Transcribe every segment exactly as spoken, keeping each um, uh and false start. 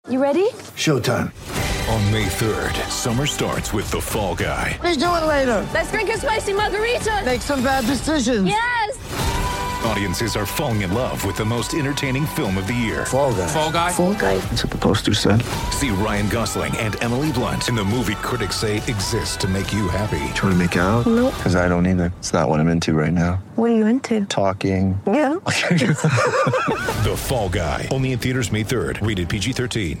You ready? Showtime. On May third, summer starts with The Fall Guy. Let's do it later. Let's drink a spicy margarita. Make some bad decisions. Yes! Audiences are falling in love with the most entertaining film of the year. Fall Guy. Fall Guy? Fall guy. That's what the poster said. See Ryan Gosling and Emily Blunt in the movie critics say exists to make you happy. Trying to make it out? Nope. Because I don't either. It's not what I'm into right now. What are you into? Talking. Yeah. The Fall Guy. Only in theaters May third. Rated P G thirteen.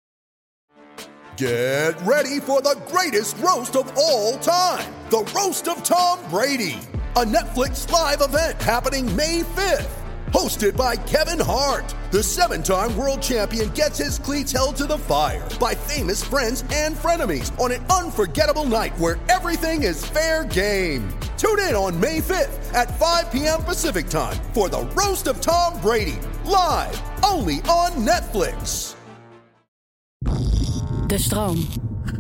Get ready for the greatest roast of all time. The Roast of Tom Brady. A Netflix live event happening May fifth. Hosted by Kevin Hart. The seven-time world champion gets his cleats held to the fire by famous friends and frenemies on an unforgettable night where everything is fair game. Tune in on May fifth at five p.m. Pacific time for the Roast of Tom Brady. Live, only on Netflix. De stroom.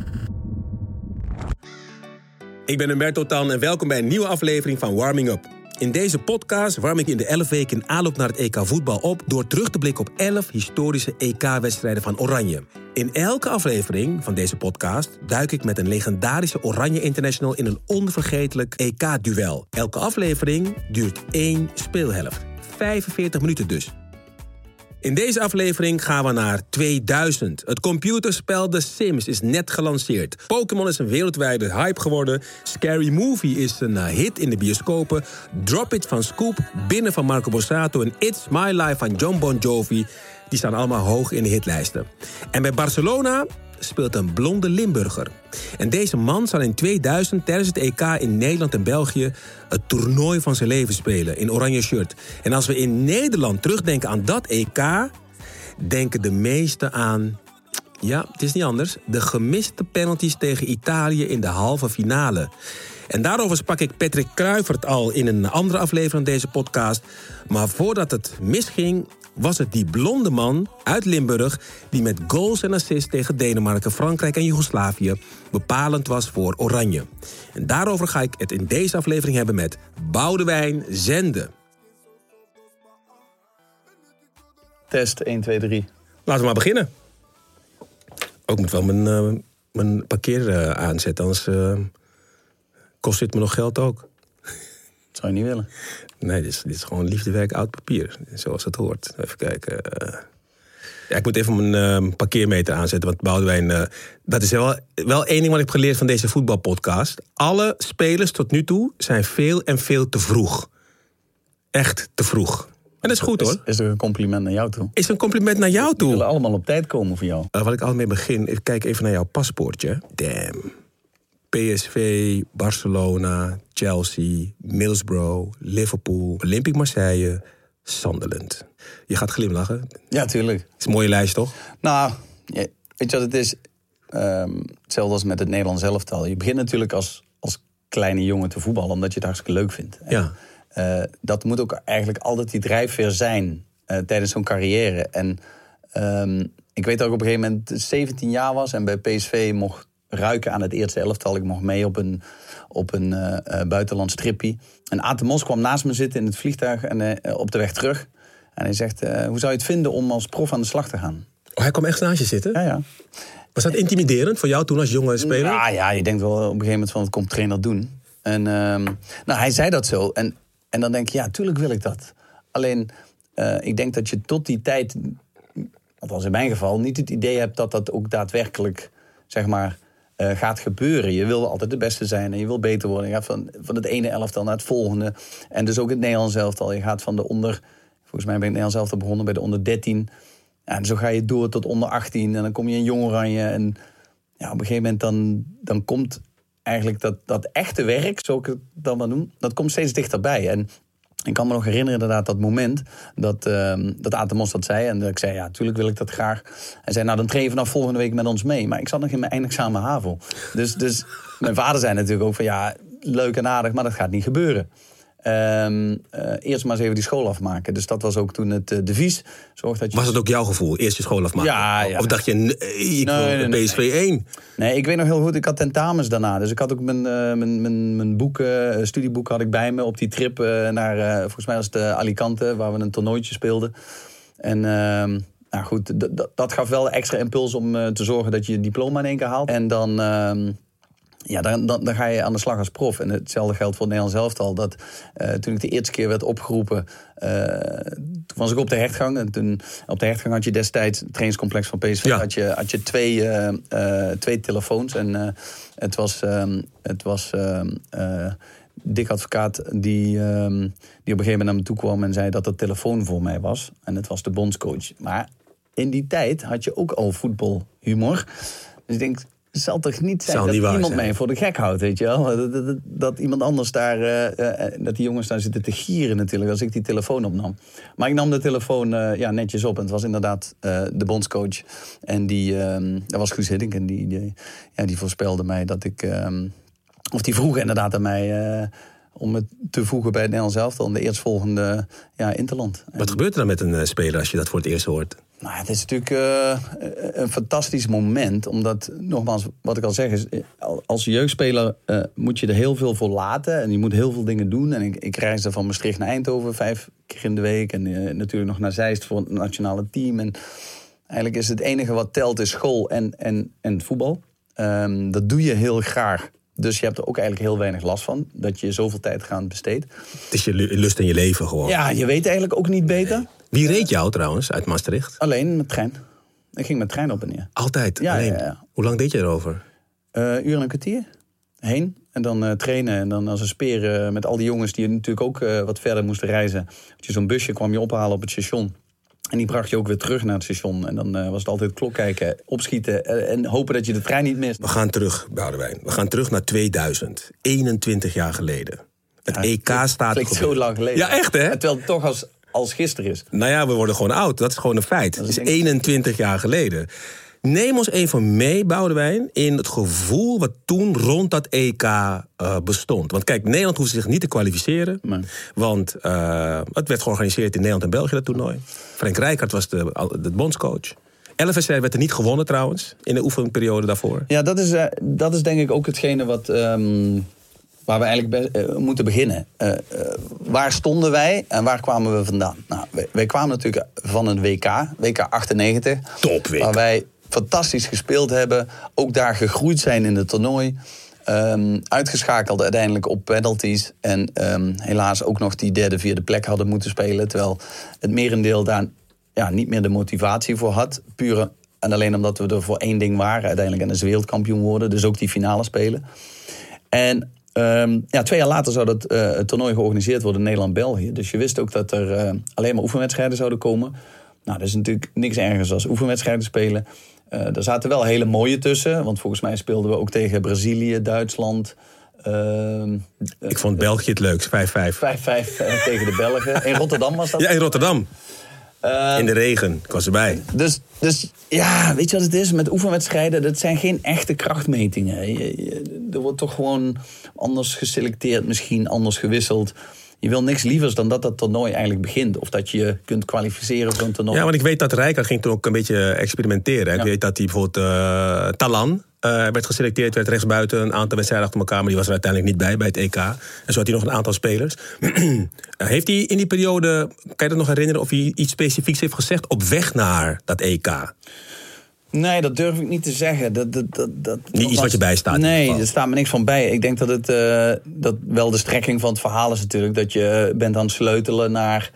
Ik ben Humberto Tan en welkom bij een nieuwe aflevering van Warming Up. In deze podcast warm ik in de elf weken in aanloop naar het E K voetbal op door terug te blikken op elf historische E K-wedstrijden van Oranje. In elke aflevering van deze podcast duik ik met een legendarische Oranje International in een onvergetelijk E K-duel. Elke aflevering duurt één speelhelft. vijfenveertig minuten dus. In deze aflevering gaan we naar tweeduizend. Het computerspel The Sims is net gelanceerd. Pokémon is een wereldwijde hype geworden. Scary Movie is een hit in de bioscopen. Drop It van Scoop, Binnen van Marco Borsato en It's My Life van John Bon Jovi, die staan allemaal hoog in de hitlijsten. En bij Barcelona speelt een blonde Limburger. En deze man zal in tweeduizend tijdens het E K in Nederland en België het toernooi van zijn leven spelen in oranje shirt. En als we in Nederland terugdenken aan dat E K, denken de meesten aan, ja, het is niet anders, de gemiste penalties tegen Italië in de halve finale. En daarover sprak ik Patrick Kluivert al in een andere aflevering van deze podcast. Maar voordat het misging, was het die blonde man uit Limburg die met goals en assists tegen Denemarken, Frankrijk en Joegoslavië bepalend was voor Oranje. En daarover ga ik het in deze aflevering hebben met Boudewijn Zende. Test één, twee, drie. Laten we maar beginnen. Ook moet wel mijn, uh, mijn parkeer uh, aanzetten, anders uh, kost dit me nog geld ook. Dat zou je niet willen. Nee, dit is, dit is gewoon liefdewerk oud papier, zoals het hoort. Even kijken. Uh... Ja, ik moet even mijn uh, parkeermeter aanzetten, want Boudewijn, uh, dat is wel, wel één ding wat ik heb geleerd van deze voetbalpodcast. Alle spelers tot nu toe zijn veel en veel te vroeg. Echt te vroeg. En dat is goed, is, hoor. Is er een compliment naar jou toe? Is een compliment naar jou toe? We willen allemaal op tijd komen voor jou. Uh, wat ik altijd mee begin, ik kijk even naar jouw paspoortje. Damn. P S V, Barcelona, Chelsea, Middlesbrough, Liverpool, Olympique Marseille, Sunderland. Je gaat glimlachen. Ja, tuurlijk. Het is een mooie lijst, toch? Nou, weet je wat het is? Um, hetzelfde als met het Nederlands elftal. Je begint natuurlijk als, als kleine jongen te voetballen omdat je het hartstikke leuk vindt. Ja. Uh, dat moet ook eigenlijk altijd die drijfveer zijn uh, tijdens zo'n carrière. En um, ik weet dat ik op een gegeven moment zeventien jaar was en bij P S V mocht ruiken aan het eerste elftal. Ik mocht mee op een, op een uh, uh, buitenlands trippie. En Aad de Mos kwam naast me zitten in het vliegtuig en uh, op de weg terug. En hij zegt, uh, hoe zou je het vinden om als prof aan de slag te gaan? Oh, hij kwam echt naast je zitten? Ja, ja. Was dat intimiderend voor jou toen als jonge speler? Ja, ja, je denkt wel op een gegeven moment van, het komt trainer doen. En uh, nou, hij zei dat zo. En, en dan denk je, ja, tuurlijk wil ik dat. Alleen, uh, ik denk dat je tot die tijd, althans in mijn geval, niet het idee hebt dat dat ook daadwerkelijk, zeg maar, Uh, gaat gebeuren. Je wil altijd de beste zijn en je wil beter worden. Je gaat van, van het ene elftal naar het volgende. En dus ook het Nederlands elftal. Je gaat van de onder, volgens mij ben ik het Nederlands elftal begonnen bij de onder dertien. Ja, en zo ga je door tot onder achttien. En dan kom je in Jong Oranje. En ja, op een gegeven moment dan, dan komt eigenlijk dat, dat echte werk, zo ik het dan maar noem, dat komt steeds dichterbij. En ik kan me nog herinneren inderdaad dat moment dat, uh, dat Aad de Mos dat zei. En dat ik zei, ja, natuurlijk wil ik dat graag. Hij zei, nou dan train je vanaf volgende week met ons mee. Maar ik zat nog in mijn eindexamen HAVO. Dus, dus mijn vader zei natuurlijk ook van, ja, leuk en aardig, maar dat gaat niet gebeuren. Um, uh, eerst maar eens even die school afmaken. Dus dat was ook toen het uh, devies. Zorg dat je... Was het ook jouw gevoel, eerst je school afmaken? Ja, ja. Of dacht je, nee, ik nee, wil nee, P S V één? Nee. nee, ik weet nog heel goed, ik had tentamens daarna. Dus ik had ook mijn, uh, mijn, mijn, mijn boeken, uh, studieboeken had ik bij me op die trip uh, naar, uh, volgens mij was het uh, Alicante, waar we een toernooitje speelden. En uh, nou goed, d- d- dat gaf wel extra impuls om uh, te zorgen dat je je diploma in één keer haalt. En dan... Uh, Ja, dan, dan, dan ga je aan de slag als prof. En hetzelfde geldt voor het Nederlands elftal. Dat, uh, toen ik de eerste keer werd opgeroepen, uh, toen was ik op de hertgang. En toen, op de hertgang had je destijds het trainingscomplex van P S V. Ja. Had je, had je twee, uh, uh, twee telefoons. En uh, het was, um, het was uh, uh, Dick Advocaat die, um, die op een gegeven moment naar me toe kwam en zei dat de telefoon voor mij was. En het was de bondscoach. Maar in die tijd had je ook al voetbalhumor. Dus ik denk... Het zal toch niet zijn zal dat niet waar iemand zijn. mij voor de gek houdt, weet je wel? Dat, dat, dat, dat iemand anders daar, uh, uh, dat die jongens daar zitten te gieren natuurlijk, als ik die telefoon opnam. Maar ik nam de telefoon uh, ja, netjes op en het was inderdaad uh, de bondscoach. En die, uh, dat was Guus Hiddink en die, die, ja, die voorspelde mij dat ik... Uh, of die vroeg inderdaad aan mij... Uh, om het te voegen bij het Nederlands elftal in de eerstvolgende ja, interland. Wat en, gebeurt er dan met een uh, speler als je dat voor het eerst hoort? Nou, het is natuurlijk uh, een fantastisch moment. Omdat, nogmaals, wat ik al zeg is... als jeugdspeler uh, moet je er heel veel voor laten. En je moet heel veel dingen doen. En ik, ik reisde van Maastricht naar Eindhoven vijf keer in de week. En uh, natuurlijk nog naar Zeist voor het nationale team. En eigenlijk is het enige wat telt is school en, en, en voetbal. Um, dat doe je heel graag. Dus je hebt er ook eigenlijk heel weinig last van. Dat je zoveel tijd gaat besteedt. Het is je lust in je leven gewoon. Ja, je weet eigenlijk ook niet beter. Nee. Wie reed jou trouwens uit Maastricht? Alleen met trein. Ik ging met trein op en neer. Altijd? Ja, alleen. ja, ja. Hoe lang deed je erover? Uh, uur en een kwartier. Heen. En dan uh, trainen. En dan als een speer uh, met al die jongens die natuurlijk ook uh, wat verder moesten reizen. Had je zo'n busje, kwam je ophalen op het station. En die bracht je ook weer terug naar het station. En dan uh, was het altijd klok kijken, opschieten uh, en hopen dat je de trein niet mist. We gaan terug, Boudewijn. We gaan terug naar tweeduizend. eenentwintig jaar geleden. Het ja, E K staat... Het klinkt zo lang geleden. Ja, echt hè? Terwijl het toch als, als gisteren is. Nou ja, we worden gewoon oud. Dat is gewoon een feit. Het is eenentwintig jaar geleden. Neem ons even mee, Boudewijn, in het gevoel wat toen rond dat E K uh, bestond. Want kijk, Nederland hoefde zich niet te kwalificeren. Nee. Want uh, het werd georganiseerd in Nederland en België, dat toernooi. Frank Rijkaard was de, de bondscoach. Elf wedstrijden werd er niet gewonnen trouwens, in de oefenperiode daarvoor. Ja, dat is, uh, dat is denk ik ook hetgene wat... Um... waar we eigenlijk be- uh, moeten beginnen. Uh, uh, waar stonden wij en waar kwamen we vandaan? Nou, wij, wij kwamen natuurlijk van een W K, W K achtennegentig. Top W K. Waar wij fantastisch gespeeld hebben. Ook daar gegroeid zijn in het toernooi. Um, uitgeschakeld uiteindelijk op penalties. En um, helaas ook nog die derde, vierde plek hadden moeten spelen. Terwijl het merendeel daar ja, niet meer de motivatie voor had. Puur en alleen omdat we er voor één ding waren. Uiteindelijk en dat is wereldkampioen worden. Dus ook die finale spelen. En... Um, ja, twee jaar later zou dat uh, het toernooi georganiseerd worden in Nederland-België. Dus je wist ook dat er uh, alleen maar oefenwedstrijden zouden komen. Nou, dat is natuurlijk niks ergers als oefenwedstrijden spelen. Uh, er zaten wel hele mooie tussen. Want volgens mij speelden we ook tegen Brazilië, Duitsland. Uh, Ik vond België het leukst, vijf vijf. vijf vijf uh, tegen de Belgen. In Rotterdam was dat? Ja, in Rotterdam. Uh, in de regen, ik was erbij. Dus, dus ja, weet je wat het is? Met oefenwedstrijden, dat zijn geen echte krachtmetingen. Je, je, er wordt toch gewoon anders geselecteerd, misschien anders gewisseld. Je wil niks lievers dan dat dat toernooi eigenlijk begint. Of dat je kunt kwalificeren voor een toernooi. Ja, want ik weet dat Rijkaard ging toen ook een beetje experimenteren. Ik ja. weet dat hij bijvoorbeeld uh, Talan... Uh, werd geselecteerd, werd rechtsbuiten een aantal wedstrijden achter elkaar... maar die was er uiteindelijk niet bij, bij het E K. En zo had hij nog een aantal spelers. uh, heeft hij in die periode, kan je dat nog herinneren... of hij iets specifieks heeft gezegd op weg naar dat E K? Nee, dat durf ik niet te zeggen. Dat, dat, dat, dat, niet iets was, wat je bijstaat? Nee, er staat me niks van bij. Ik denk dat het uh, dat wel de strekking van het verhaal is natuurlijk... dat je bent aan het sleutelen naar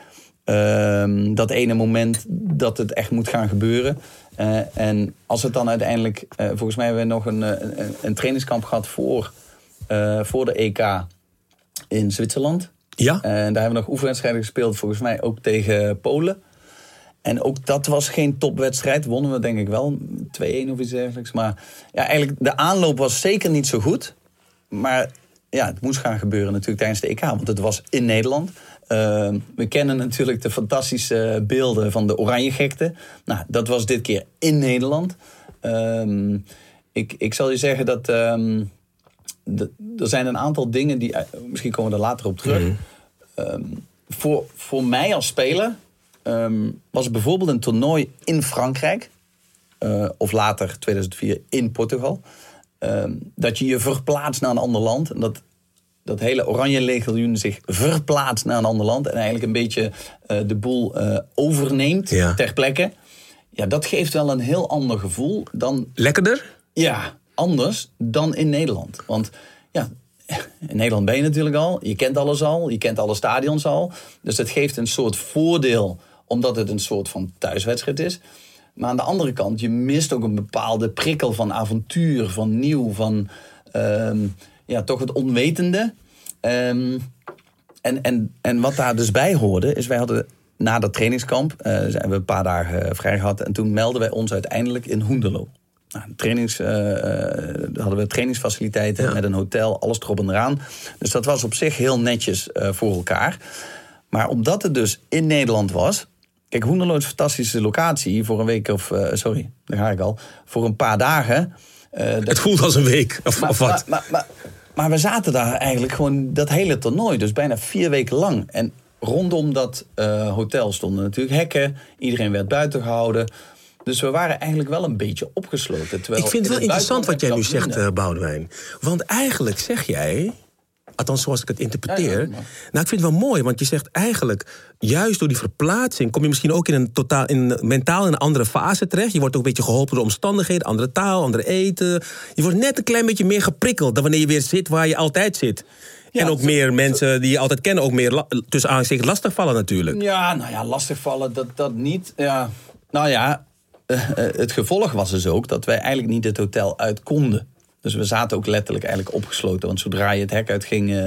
uh, dat ene moment dat het echt moet gaan gebeuren... Uh, en als het dan uiteindelijk... Uh, volgens mij hebben we nog een, een, een trainingskamp gehad voor, uh, voor de E K in Zwitserland. Ja. Uh, en daar hebben we nog oefenwedstrijden gespeeld, volgens mij ook tegen Polen. En ook dat was geen topwedstrijd. Wonnen we denk ik wel twee-een of iets dergelijks. Maar ja, eigenlijk de aanloop was zeker niet zo goed. Maar ja, het moest gaan gebeuren natuurlijk tijdens de E K. Want het was in Nederland. Uh, we kennen natuurlijk de fantastische beelden van de Oranjegekte. Nou, dat was dit keer in Nederland. Um, ik, ik zal je zeggen dat... Um, de, er zijn een aantal dingen die... Uh, misschien komen we er later op terug. Mm-hmm. Um, voor, voor mij als speler... Um, was bijvoorbeeld een toernooi in Frankrijk... Uh, of later, tweeduizend vier, in Portugal... Um, dat je je verplaatst naar een ander land... En dat dat hele Oranje Legioen zich verplaatst naar een ander land... en eigenlijk een beetje uh, de boel uh, overneemt ja. ter plekke. ja, dat geeft wel een heel ander gevoel dan... Lekkerder? Ja, anders dan in Nederland. Want ja, in Nederland ben je natuurlijk al. Je kent alles al. Je kent alle stadions al. Dus het geeft een soort voordeel, omdat het een soort van thuiswedstrijd is. Maar aan de andere kant, je mist ook een bepaalde prikkel van avontuur, van nieuw, van um, ja, toch het onwetende. Um, en, en, en wat daar dus bij hoorde, is wij hadden na dat trainingskamp, uh, zijn we een paar dagen vrij gehad. En toen melden wij ons uiteindelijk in Hoenderloo. Nou, trainings, uh, hadden we trainingsfaciliteiten ja. met een hotel, alles erop en eraan. Dus dat was op zich heel netjes uh, voor elkaar. Maar omdat het dus in Nederland was... Kijk, Hoenderloo is een fantastische locatie voor een week of... Uh, sorry, daar ga ik al. Voor een paar dagen. Uh, het dat... voelt als een week, of, maar, of wat? Maar, maar, maar, maar we zaten daar eigenlijk gewoon dat hele toernooi. Dus bijna vier weken lang. En rondom dat uh, hotel stonden natuurlijk hekken. Iedereen werd buiten gehouden. Dus we waren eigenlijk wel een beetje opgesloten. Ik vind het wel interessant wat jij nu zegt, uh, Boudewijn. Want eigenlijk zeg jij... Althans, zoals ik het interpreteer. Ja, ja, maar... Nou, ik vind het wel mooi, want je zegt eigenlijk... juist door die verplaatsing kom je misschien ook in een totaal, in, mentaal in een andere fase terecht. Je wordt ook een beetje geholpen door omstandigheden, andere taal, andere eten. Je wordt net een klein beetje meer geprikkeld dan wanneer je weer zit waar je altijd zit. Ja, en ook zo, meer mensen zo... die je altijd kennen, ook meer la, tussen aanstekens lastigvallen natuurlijk. Ja, nou ja, lastigvallen, dat, dat niet. Ja. Nou ja, uh, uh, het gevolg was dus ook dat wij eigenlijk niet het hotel uit konden. Dus we zaten ook letterlijk eigenlijk opgesloten. Want zodra je het hek uitging... Uh,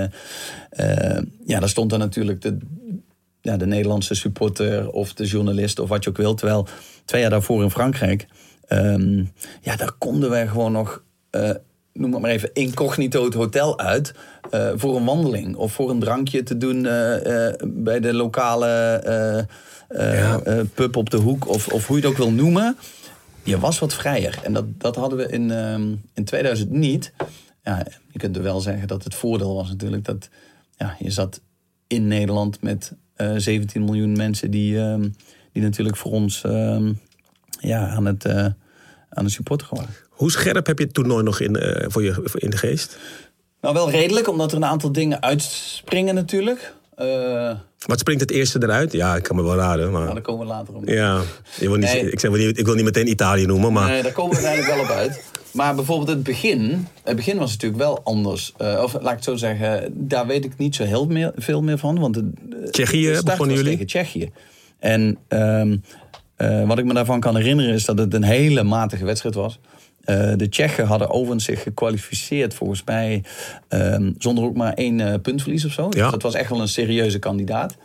uh, ja, daar stond er natuurlijk de, ja, de Nederlandse supporter... of de journalist of wat je ook wilt. Terwijl twee jaar daarvoor in Frankrijk... Um, ja, daar konden wij gewoon nog... Uh, noem het maar even, incognito het hotel uit... Uh, voor een wandeling of voor een drankje te doen... Uh, uh, bij de lokale uh, uh, ja. uh, pub op de hoek... Of, of hoe je het ook wil noemen... Je was wat vrijer. En dat, dat hadden we in, um, in tweeduizend niet. Ja, je kunt er wel zeggen dat het voordeel was natuurlijk... dat ja, je zat in Nederland met uh, zeventien miljoen mensen... die, um, die natuurlijk voor ons um, ja, aan het, uh, aan het supporteren waren. Hoe scherp heb je het toernooi nog in, uh, voor je in de geest? Nou, wel redelijk, omdat er een aantal dingen uitspringen natuurlijk... Uh, Wat springt het eerste eruit? Ja, ik kan me wel raden. Maar... Nou, daar komen we later op. Ja, ik wil niet, nee. ik, zeg, ik wil niet meteen Italië noemen, maar... Nee, daar komen we uiteindelijk wel op uit. Maar bijvoorbeeld het begin... Het begin was natuurlijk wel anders. Uh, of laat ik het zo zeggen, daar weet ik niet zo heel meer, veel meer van. Want de, Tsjechië de start begonnen was jullie? Tegen Tsjechië. En um, uh, wat ik me daarvan kan herinneren... is dat het een hele matige wedstrijd was. Uh, de Tsjechen hadden overigens zich gekwalificeerd volgens mij... Um, zonder ook maar één uh, puntverlies of zo. Ja. Dus dat was echt wel een serieuze kandidaat.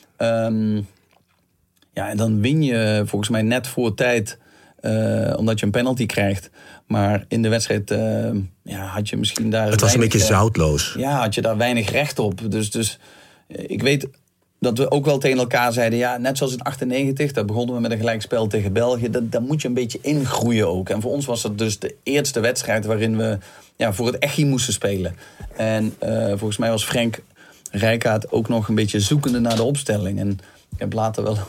Um, ja, en dan win je volgens mij net voor tijd... Uh, omdat je een penalty krijgt. Maar in de wedstrijd uh, ja, had je misschien daar... Het was weinig, een beetje zoutloos. Ja, had je daar weinig recht op. Dus, dus ik weet... dat we ook wel tegen elkaar zeiden... ja, net zoals in achtennegentig, daar begonnen we met een gelijkspel tegen België... Dat, daar moet je een beetje ingroeien ook. En voor ons was dat dus de eerste wedstrijd... waarin we ja, voor het echi moesten spelen. En uh, volgens mij was Frank Rijkaard ook nog een beetje zoekende naar de opstelling. En ik heb later wel...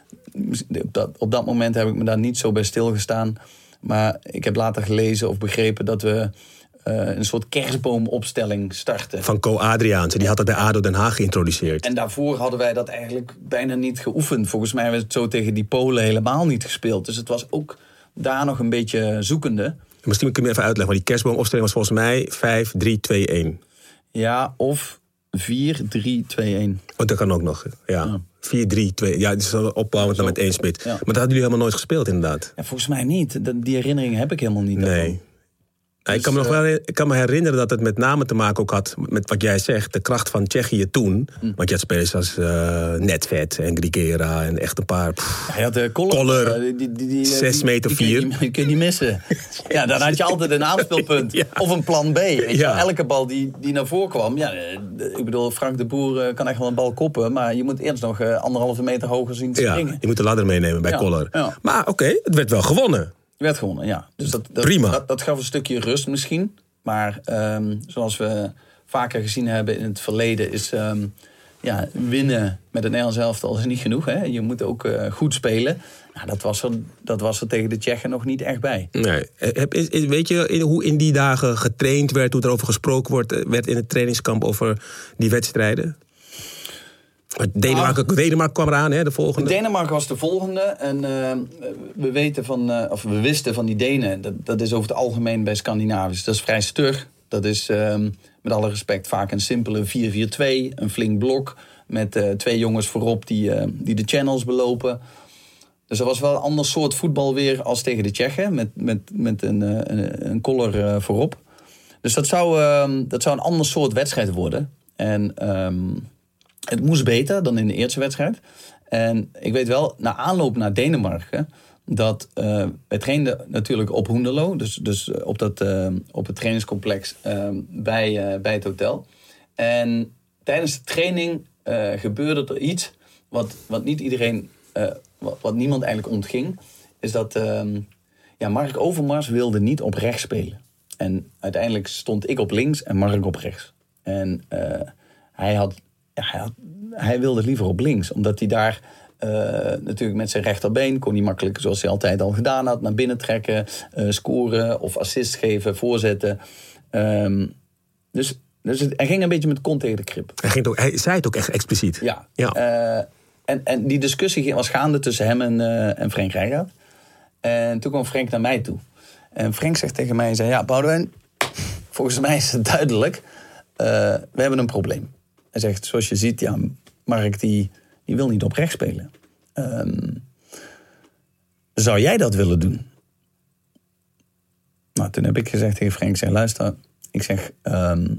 Op dat, op dat moment heb ik me daar niet zo bij stilgestaan. Maar ik heb later gelezen of begrepen dat we... Uh, een soort kerstboomopstelling starten. Van Co Adriaanse, die had dat bij A D O Den Haag geïntroduceerd. En daarvoor hadden wij dat eigenlijk bijna niet geoefend. Volgens mij hebben we het zo tegen die Polen helemaal niet gespeeld. Dus het was ook daar nog een beetje zoekende. Misschien kun je even uitleggen, want die kerstboomopstelling was volgens mij vijf drie twee een. Ja, of vier drie twee een. Oh, dat kan ook nog, ja. ja. vier drie twee, ja, het is opbouwend dan met één spits. Ja. Maar dat hadden jullie helemaal nooit gespeeld, inderdaad. Ja, volgens mij niet. Die herinnering heb ik helemaal niet. Nee. Daarvan. Dus, ik, kan me nog wel, ik kan me herinneren dat het met name te maken ook had met wat jij zegt, de kracht van Tsjechië toen. Mm. Want je had spelers als uh, Nedved en Grigera en echt een paar... Pff, ja, je had de Koller, Koller uh, die, die, die, zes meter vier. Die, die, die kun je niet missen. Ja, dan had je altijd een aanspeelpunt. Ja. Of een plan B. Weet ja. je, elke bal die, die naar voren kwam. Ja, ik bedoel, Frank de Boer uh, kan echt wel een bal koppen. Maar je moet eerst nog uh, anderhalve meter hoger zien te springen. Ja, je moet de ladder meenemen bij ja. Koller. Ja. Maar oké, okay, het werd wel gewonnen. werd gewonnen, ja. Dus dat, dat, Prima. Dat, dat gaf een stukje rust misschien. Maar um, zoals we vaker gezien hebben in het verleden... is um, ja, winnen met het Nederlands elftal is niet genoeg. Hè? Je moet ook uh, goed spelen. Nou, dat, was er, dat was er tegen de Tsjechen nog niet echt bij. Nee. Weet je hoe in die dagen getraind werd... hoe er over gesproken wordt, werd in het trainingskamp over die wedstrijden? Denemarken, Nou, Denemarken kwam eraan, hè, de volgende. Denemarken was de volgende. En uh, we weten van, uh, of we wisten van die Denen. Dat, dat is over het algemeen bij Scandinavisch. Dat is vrij stug. Dat is uh, met alle respect vaak een simpele vier vier twee. Een flink blok met uh, twee jongens voorop die, uh, die de channels belopen. Dus dat was wel een ander soort voetbal weer als tegen de Tsjechen. Met, met, met een, uh, een, een collar uh, voorop. Dus dat zou, uh, dat zou een ander soort wedstrijd worden. En um, het moest beter dan in de eerste wedstrijd. En ik weet wel, na aanloop naar Denemarken, dat uh, wij trainden natuurlijk op Hoenderloo. Dus, dus op, dat, uh, op het trainingscomplex uh, bij, uh, bij het hotel. En tijdens de training uh, gebeurde er iets wat, wat niet iedereen, uh, wat, wat niemand eigenlijk ontging. Is dat uh, ja, Mark Overmars wilde niet op rechts spelen. En uiteindelijk stond ik op links en Mark op rechts. En uh, hij, had, ja, hij, had, hij wilde liever op links. Omdat hij daar uh, natuurlijk met zijn rechterbeen kon hij makkelijk, zoals hij altijd al gedaan had, naar binnen trekken, uh, scoren of assist geven, voorzetten. Um, dus, dus het, hij ging een beetje met kont tegen de krip. Hij, ging ook, hij zei het ook echt expliciet. Ja. ja. Uh, en, en die discussie was gaande tussen hem en, uh, en Frank Rijkaard. En toen kwam Frank naar mij toe. En Frank zegt tegen mij, zei, ja, Boudewijn, volgens mij is het duidelijk, uh, we hebben een probleem. Hij zegt, zoals je ziet, ja, Mark die, die wil niet op rechts spelen. Um, zou jij dat willen doen? Nou, toen heb ik gezegd tegen Frank, zeg, luister, ik zeg, um,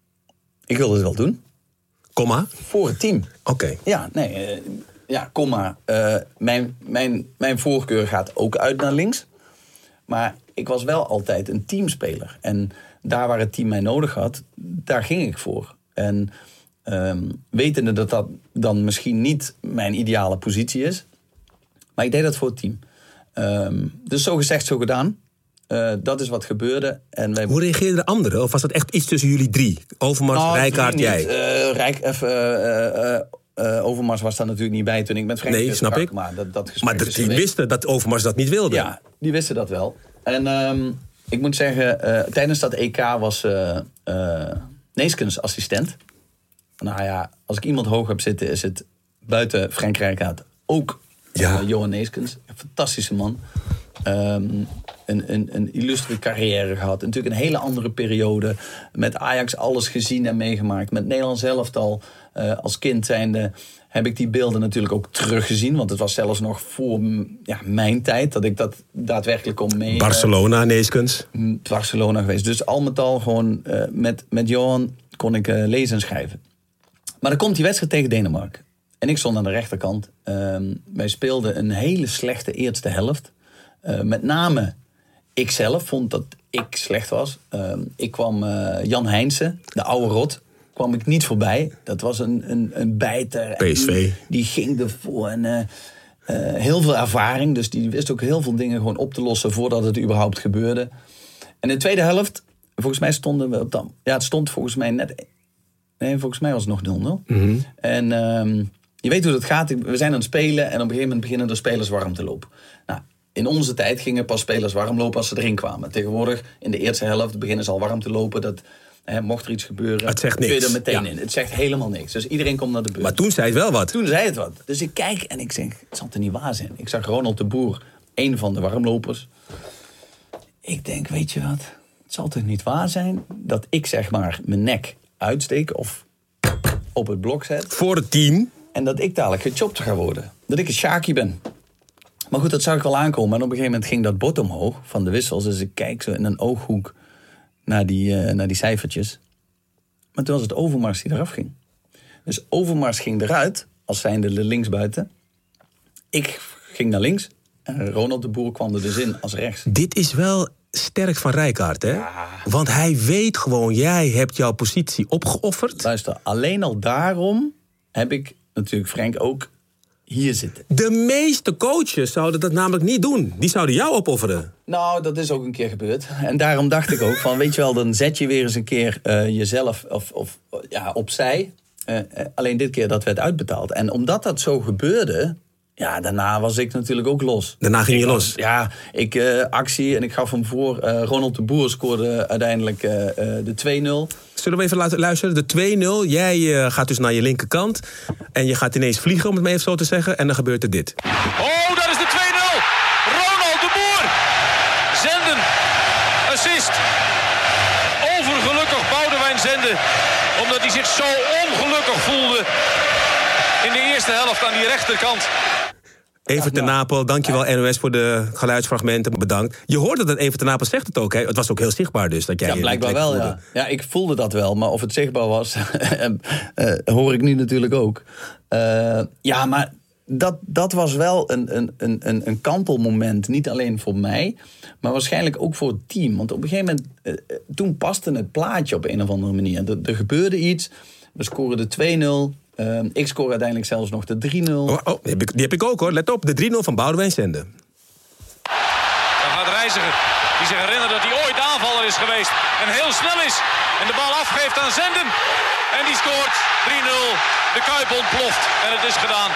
ik wil het wel doen. Komma? Voor het team. Oké. Okay. Ja, nee, uh, ja, komma. Uh, mijn, mijn, mijn voorkeur gaat ook uit naar links. Maar ik was wel altijd een teamspeler. En daar waar het team mij nodig had, daar ging ik voor. En um, wetende dat dat dan misschien niet mijn ideale positie is. Maar ik deed dat voor het team. Um, dus zo gezegd, zo gedaan. Uh, dat is wat gebeurde. En wij... Hoe reageerden de anderen? Of was dat echt iets tussen jullie drie? Overmars, nou, Rijkaard, jij? Uh, Rijk, uh, uh, uh, uh, Overmars was daar natuurlijk niet bij toen ik met Frank Nee, snap sprak, ik. Maar, dat, dat maar de, die wisten dat Overmars dat niet wilde. Ja, die wisten dat wel. En um, ik moet zeggen, uh, tijdens dat E K was uh, uh, Neeskens assistent. Nou ja, als ik iemand hoog heb zitten, is het buiten Frank Rijkaard ook ja. uh, Johan Neeskens. Een fantastische man. Um, een, een, een illustre carrière gehad. Natuurlijk een hele andere periode. Met Ajax alles gezien en meegemaakt. Met Nederlands elftal uh, als kind zijnde heb ik die beelden natuurlijk ook teruggezien. Want het was zelfs nog voor ja, mijn tijd dat ik dat daadwerkelijk kon mee... Barcelona, Neeskens. Uh, Barcelona geweest. Dus al met al gewoon uh, met, met Johan kon ik uh, lezen en schrijven. Maar dan komt die wedstrijd tegen Denemarken. En ik stond aan de rechterkant. Uh, wij speelden een hele slechte eerste helft. Uh, met name ik zelf vond dat ik slecht was. Uh, ik kwam uh, Jan Heinsen, de oude rot, kwam ik niet voorbij. Dat was een, een, een bijter. P S V. Die, die ging ervoor. En, uh, uh, heel veel ervaring. Dus die wist ook heel veel dingen gewoon op te lossen voordat het überhaupt gebeurde. En in de tweede helft, volgens mij stonden we op dan. Ja, het stond volgens mij net. Nee, volgens mij was het nog nul nul. Mm-hmm. En um, je weet hoe dat gaat. We zijn aan het spelen en op een gegeven moment beginnen de spelers warm te lopen. Nou, in onze tijd gingen pas spelers warm lopen als ze erin kwamen. Tegenwoordig, in de eerste helft, beginnen ze al warm te lopen. Dat, hè, mocht er iets gebeuren, het zegt niks. kun je er meteen ja. in. Het zegt helemaal niks. Dus iedereen komt naar de beurt. Maar toen zei het wel wat. Toen zei het wat. Dus ik kijk en ik zeg, het zal er niet waar zijn. Ik zag Ronald de Boer, een van de warmlopers. Ik denk, weet je wat? Het zal toch niet waar zijn dat ik zeg maar mijn nek uitsteek of op het blok zet. Voor het team. En dat ik dadelijk gechopt ga worden. Dat ik een Sjaki ben. Maar goed, dat zag ik wel aankomen. En op een gegeven moment ging dat bord omhoog van de wissels. Dus ik kijk zo in een ooghoek naar die, uh, naar die cijfertjes. Maar toen was het Overmars die eraf ging. Dus Overmars ging eruit, als zijnde de linksbuiten. Ik ging naar links. En Ronald de Boer kwam er dus in als rechts. Dit is wel sterk van Rijkaard, hè? Ja. Want hij weet gewoon, jij hebt jouw positie opgeofferd. Luister, alleen al daarom heb ik natuurlijk Frank ook hier zitten. De meeste coaches zouden dat namelijk niet doen. Die zouden jou opofferen. Nou, dat is ook een keer gebeurd. En daarom dacht ik ook van, weet je wel, dan zet je weer eens een keer uh, jezelf of, of, ja, opzij. Uh, uh, alleen dit keer dat werd uitbetaald. En omdat dat zo gebeurde, ja, daarna was ik natuurlijk ook los. Daarna ging je ik, los? Ja, ik uh, actie en ik gaf hem voor. Uh, Ronald de Boer scoorde uiteindelijk uh, uh, de twee nul. Zullen we even laten luisteren? De twee nul. Jij uh, gaat dus naar je linkerkant. En je gaat ineens vliegen, om het maar even zo te zeggen. En dan gebeurt er dit. Oh, dat is de twee nul. Ronald de Boer. Zenden. Assist. Overgelukkig Boudewijn Zenden. Omdat hij zich zo ongelukkig voelde. In de eerste helft aan die rechterkant. Evert ten Napel, dankjewel N O S voor de geluidsfragmenten. Bedankt. Je hoorde dat Evert ten Napel zegt het ook. Hè? Het was ook heel zichtbaar dus. Dat jij ja, blijkbaar wel, ja. Ja, ik voelde dat wel. Maar of het zichtbaar was, uh, hoor ik nu natuurlijk ook. Uh, ja, maar dat, dat was wel een, een, een, een kantelmoment. Niet alleen voor mij, maar waarschijnlijk ook voor het team. Want op een gegeven moment, uh, toen paste het plaatje op een of andere manier. Er, er gebeurde iets. We scoren de twee nul. Uh, ik scoor uiteindelijk zelfs nog de drie nul. Oh, oh, die, heb ik, die heb ik ook hoor. Let op, de drie nul van Boudewijn Zenden. Dan gaat Reiziger, die zich herinnert dat hij ooit aanvaller is geweest. En heel snel is. En de bal afgeeft aan Zenden. En die scoort drie nul. De Kuip ontploft. En het is gedaan.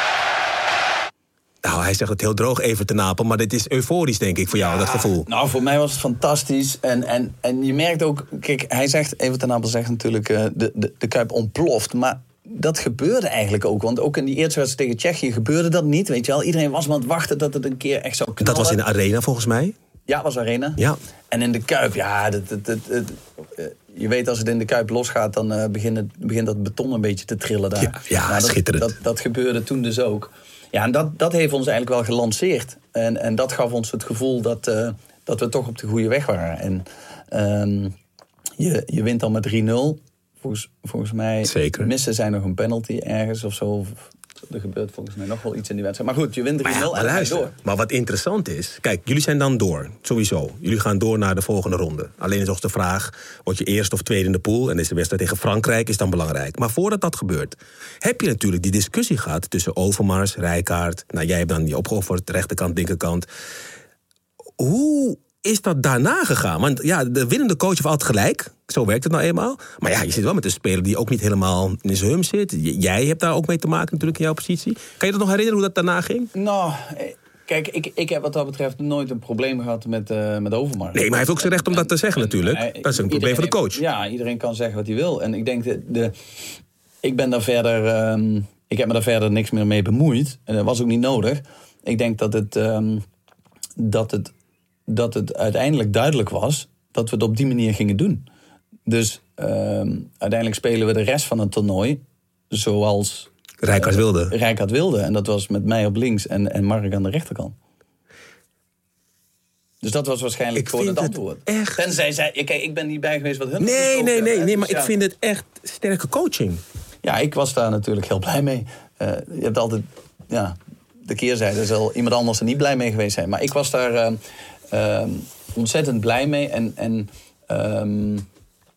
Nou, hij zegt het heel droog, Evert ten Napel. Maar dit is euforisch, denk ik, voor jou, ja, dat gevoel. Nou, voor mij was het fantastisch. En, en, en je merkt ook... Kijk, hij zegt, Evert ten Napel zegt natuurlijk... Uh, de, de, de Kuip ontploft, maar... Dat gebeurde eigenlijk ook, want ook in die eerste wedstrijd tegen Tsjechië gebeurde dat niet, weet je wel. Iedereen was maar aan het wachten dat het een keer echt zou knallen. Dat was in de Arena volgens mij? Ja, was Arena. Ja. En in de Kuip, ja, dat, dat, dat, dat, je weet als het in de Kuip losgaat, dan uh, begint, het, begint dat beton een beetje te trillen daar. Ja, ja nou, schitterend. Dat, dat, dat gebeurde toen dus ook. Ja, en dat, dat heeft ons eigenlijk wel gelanceerd. En, en dat gaf ons het gevoel dat, uh, dat we toch op de goede weg waren. En um, je, je wint dan met drie nul. Volgens, volgens mij Zeker. missen zij nog een penalty ergens of zo. Er gebeurt volgens mij nog wel iets in die wedstrijd. Maar goed, je wint drie nul ja, en luister, door. Maar wat interessant is... Kijk, jullie zijn dan door, sowieso. Jullie gaan door naar de volgende ronde. Alleen is nog de vraag, word je eerst of tweede in de pool... en is de wedstrijd tegen Frankrijk, is dan belangrijk. Maar voordat dat gebeurt, heb je natuurlijk die discussie gehad... tussen Overmars, Rijkaard... Nou, jij hebt dan je opgeofferd, rechterkant, linkerkant. Hoe is dat daarna gegaan? Want ja, de winnende coach heeft altijd gelijk... Zo werkt het nou eenmaal. Maar ja, je zit wel met een speler die ook niet helemaal in zijn hum zit. Jij hebt daar ook mee te maken natuurlijk in jouw positie. Kan je dat nog herinneren hoe dat daarna ging? Nou, kijk, ik, ik heb wat dat betreft nooit een probleem gehad met, uh, met Overmars. Nee, maar hij heeft ook zijn recht om dat te zeggen natuurlijk. En, dat is een probleem voor de coach. Heeft, ja, iedereen kan zeggen wat hij wil. En ik denk, de, de, ik ben daar verder... Um, ik heb me daar verder niks meer mee bemoeid. En dat was ook niet nodig. Ik denk dat het, um, dat het, dat het uiteindelijk duidelijk was... dat we het op die manier gingen doen. Dus uh, uiteindelijk spelen we de rest van het toernooi zoals... Rijkaard uh, wilde. Rijkaard wilde. En dat was met mij op links en, en Mark aan de rechterkant. Dus dat was waarschijnlijk ik gewoon het, het antwoord. Echt... Tenzij zij... Kijk, ik ben niet bij geweest wat hun... Nee, nee, nee, nee, maar dus ik ja. vind het echt sterke coaching. Ja, ik was daar natuurlijk heel blij mee. Uh, je hebt altijd... Ja, de keerzijde zal iemand anders er niet blij mee geweest zijn. Maar ik was daar uh, uh, ontzettend blij mee. En... en um,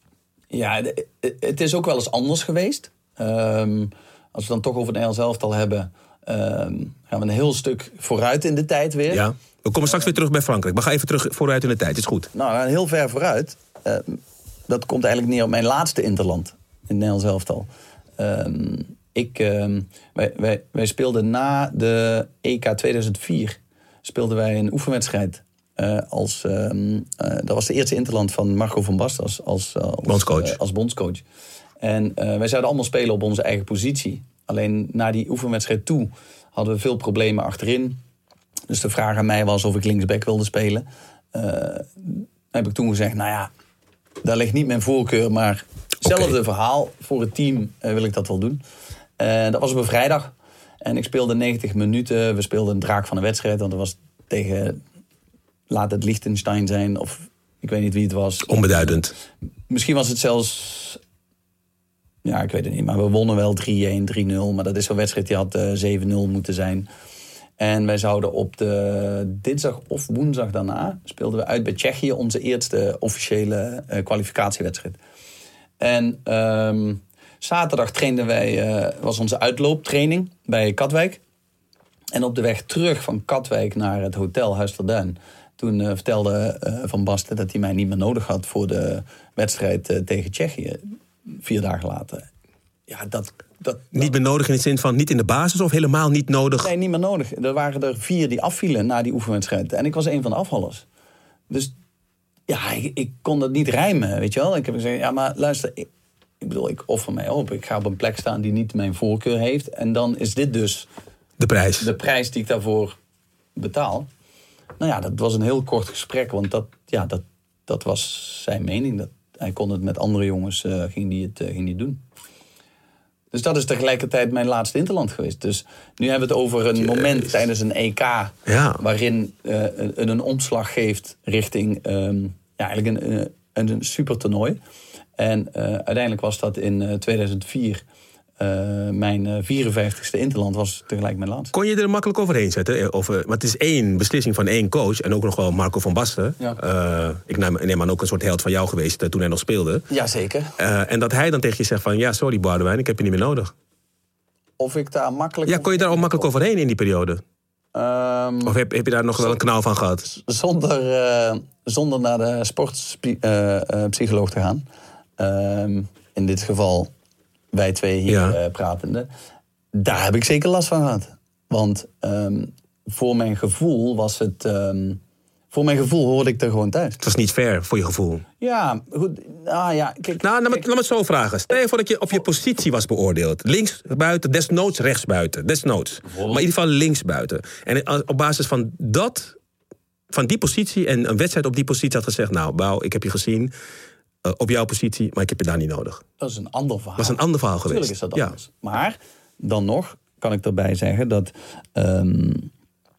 ja, het is ook wel eens anders geweest. Um, als we dan toch over het Nederlands elftal hebben... Um, gaan we een heel stuk vooruit in de tijd weer. Ja, we komen straks weer terug bij Frankrijk. Maar ga even terug vooruit in de tijd, is goed. Nou, heel ver vooruit. Uh, dat komt eigenlijk neer op mijn laatste interland. In het Nederlands elftal. Um, ik, um, wij, wij, wij speelden na de E K tweeduizend vier... speelden wij een oefenwedstrijd... Uh, als, um, uh, dat was de eerste interland van Marco van Basten als, als, als, bondscoach. Uh, als bondscoach. En uh, wij zouden allemaal spelen op onze eigen positie. Alleen na die oefenwedstrijd toe hadden we veel problemen achterin. Dus de vraag aan mij was of ik linksback wilde spelen. Uh, heb ik toen gezegd, nou ja, daar ligt niet mijn voorkeur... maar hetzelfde okay. verhaal, voor het team uh, wil ik dat wel doen. Uh, dat was op een vrijdag. En ik speelde negentig minuten. We speelden een draak van een wedstrijd, want dat was tegen... Laat het Liechtenstein zijn, of ik weet niet wie het was. Onbeduidend. Misschien was het zelfs... Ja, ik weet het niet, maar we wonnen wel drie-een, drie nul. Maar dat is zo'n wedstrijd die had uh, zeven nul moeten zijn. En wij zouden op de dinsdag of woensdag daarna... speelden we uit bij Tsjechië onze eerste officiële uh, kwalificatiewedstrijd. En um, zaterdag trainden wij, uh, was onze uitlooptraining bij Katwijk. En op de weg terug van Katwijk naar het hotel Huis ter Duin... Toen uh, vertelde uh, Van Basten dat hij mij niet meer nodig had... voor de wedstrijd uh, tegen Tsjechië, vier dagen later. Ja, dat, dat, niet meer nodig in de zin van niet in de basis of helemaal niet nodig? Nee, niet meer nodig. Er waren er vier die afvielen na die oefenwedstrijd. En ik was een van de afvallers. Dus Ja, ik, ik kon dat niet rijmen, weet je wel. Ik heb gezegd, ja, maar luister... Ik, ik bedoel, ik offer mij op. Ik ga op een plek staan die niet mijn voorkeur heeft. En dan is dit dus... De prijs. De prijs die ik daarvoor betaal. Nou ja, dat was een heel kort gesprek. Want dat, ja, dat, dat was zijn mening. Dat, hij kon het met andere jongens, uh, ging die het uh, ging die doen. Dus dat is tegelijkertijd mijn laatste Interland geweest. Dus nu hebben we het over een Jezus. moment tijdens een E K... Ja. waarin uh, een, een omslag geeft richting um, ja, eigenlijk een, een, een supertoernooi. En uh, uiteindelijk was dat in uh, tweeduizend vier... Uh, mijn uh, vierenvijftigste Interland was tegelijk mijn laatste. Kon je er makkelijk overheen zetten? Of, uh, maar het is één beslissing van één coach. En ook nog wel Marco van Basten. Ja. Uh, ik neem, neem aan ook een soort held van jou geweest uh, toen hij nog speelde. Jazeker. Uh, en dat hij dan tegen je zegt van... ja, sorry Boudewijn, ik heb je niet meer nodig. Of ik daar makkelijk... Ja, kon je daar ook makkelijk overheen in die periode? Um, of heb, heb je daar nog wel een knauw van gehad? Zonder, uh, zonder naar de sportpsycholoog uh, uh, te gaan. Um, in dit geval... wij twee hier ja. uh, pratende, daar heb ik zeker last van gehad. Want um, voor mijn gevoel was het... Um, voor mijn gevoel hoorde ik er gewoon thuis. Het was niet fair voor je gevoel? Ja, goed. Ah, ja, kijk, nou, laat kijk. me het zo vragen. Stel je voor dat je op je positie was beoordeeld. Links buiten, desnoods rechts buiten. Desnoods. Maar in ieder geval links buiten. En op basis van dat, van die positie en een wedstrijd op die positie had gezegd... nou, Bouw, ik heb je gezien... Uh, op jouw positie, maar ik heb je daar niet nodig. Dat is een ander verhaal. Dat is een ander verhaal geweest. Tuurlijk is dat anders. Ja. Maar dan nog kan ik erbij zeggen dat... Um,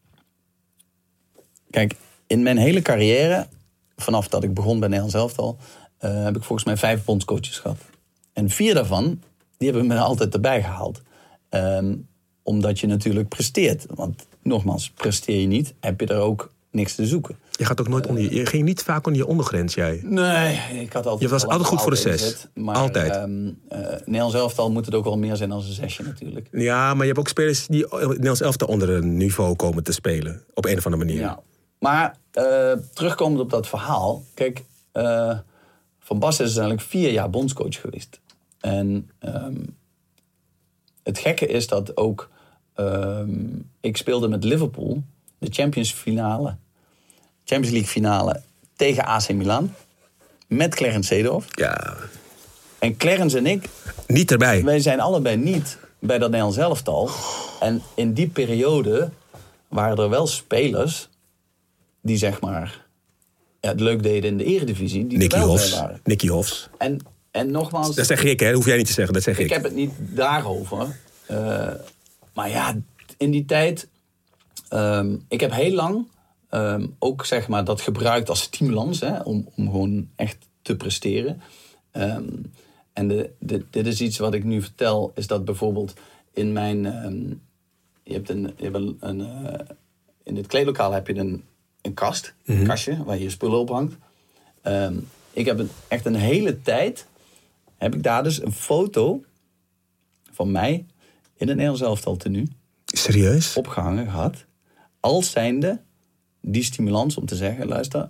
kijk, in mijn hele carrière... vanaf dat ik begon bij Nederlands Elftal... Uh, heb ik volgens mij vijf bondscoaches gehad. En vier daarvan, die hebben me altijd erbij gehaald. Um, omdat je natuurlijk presteert. Want nogmaals, presteer je niet, heb je er ook niks te zoeken. Je gaat ook nooit onder je, je ging niet vaak onder je ondergrens, jij? Nee, ik had altijd... Je was altijd goed voor de zes. Maar, altijd. Um, uh, Nederlands Elftal moet het ook wel meer zijn dan een zesje natuurlijk. Ja, maar je hebt ook spelers die Nederlands Elftal onder een niveau komen te spelen. Op een of andere manier. Ja. Maar uh, terugkomend op dat verhaal. Kijk, uh, Van Basten is eigenlijk vier jaar bondscoach geweest. En um, het gekke is dat ook... Um, ik speelde met Liverpool de Champions finale... Champions League finale tegen A C Milan. Met Clarence Seedorf. Ja. En Clarence en ik... Niet erbij. Wij zijn allebei niet bij dat Nederlands elftal. En in die periode waren er wel spelers... die zeg maar ja, het leuk deden in de eredivisie. Die Nicky er wel Hofs. bij waren. Nicky Hofs. En, en nogmaals... Dat zeg ik, hè? Dat hoef jij niet te zeggen. Dat zeg ik. Ik heb het niet daarover. Uh, maar ja, in die tijd... Um, ik heb heel lang... Um, ook zeg maar dat gebruikt als stimulans, hè, om, om gewoon echt te presteren. Um, en de, de, dit is iets wat ik nu vertel, is dat bijvoorbeeld in mijn... Um, je hebt een, je hebt een, een uh, in dit kleedlokaal heb je een, een kast, mm-hmm. een kastje waar je spullen op hangt. Um, ik heb een, echt een hele tijd, heb ik daar dus een foto van mij in het Nederlands elftal tenue. Serieus? Opgehangen gehad, als zijnde... die stimulans om te zeggen, luister...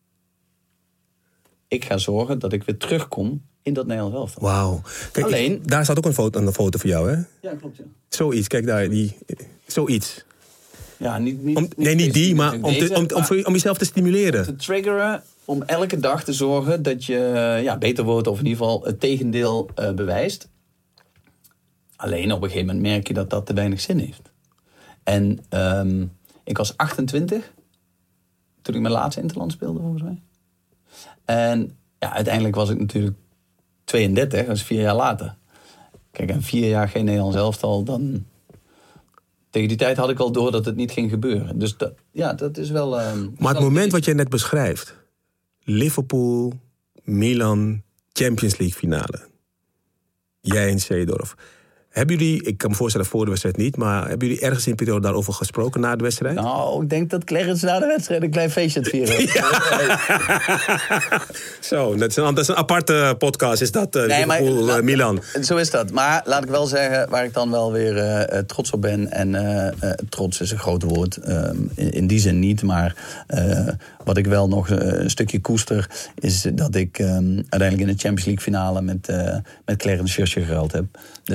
ik ga zorgen dat ik weer terugkom in dat Nederlands elftal. Wauw. Kijk, Alleen... Ik, daar staat ook een foto, een foto van jou, hè? Ja, klopt, ja. Zoiets, kijk daar, die... Zoiets. Ja, niet... niet, om, niet nee, niet die, maar, om, te, om, om, om, om jezelf te stimuleren. Te triggeren, om elke dag te zorgen dat je ja, beter wordt... of in ieder geval het tegendeel uh, bewijst. Alleen op een gegeven moment merk je dat dat te weinig zin heeft. En um, ik was achtentwintig... toen ik mijn laatste Interland speelde, volgens mij. En ja, uiteindelijk was ik natuurlijk tweeëndertig, dat is vier jaar later. Kijk, en vier jaar geen Nederlands elftal, dan... Tegen die tijd had ik al door dat het niet ging gebeuren. Dus dat, ja, dat is wel... Uh, maar het moment wat jij net beschrijft... Liverpool, Milan, Champions League finale. Jij en Seedorf... Hebben jullie, ik kan me voorstellen voor de wedstrijd niet... maar hebben jullie ergens in de periode daarover gesproken na de wedstrijd? Nou, ik denk dat Clarence na de wedstrijd een klein feestje het vieren. Ja. Zo, dat is, een, dat is een aparte podcast, is dat uh, nee, Liverpool, maar, uh, Milan. Zo is dat. Maar laat ik wel zeggen, waar ik dan wel weer uh, trots op ben... en uh, uh, trots is een groot woord, uh, in, in die zin niet... maar uh, wat ik wel nog uh, een stukje koester... is dat ik um, uiteindelijk in de Champions League finale... met, uh, met Clarence shirtje geruild heb. Dus als je dan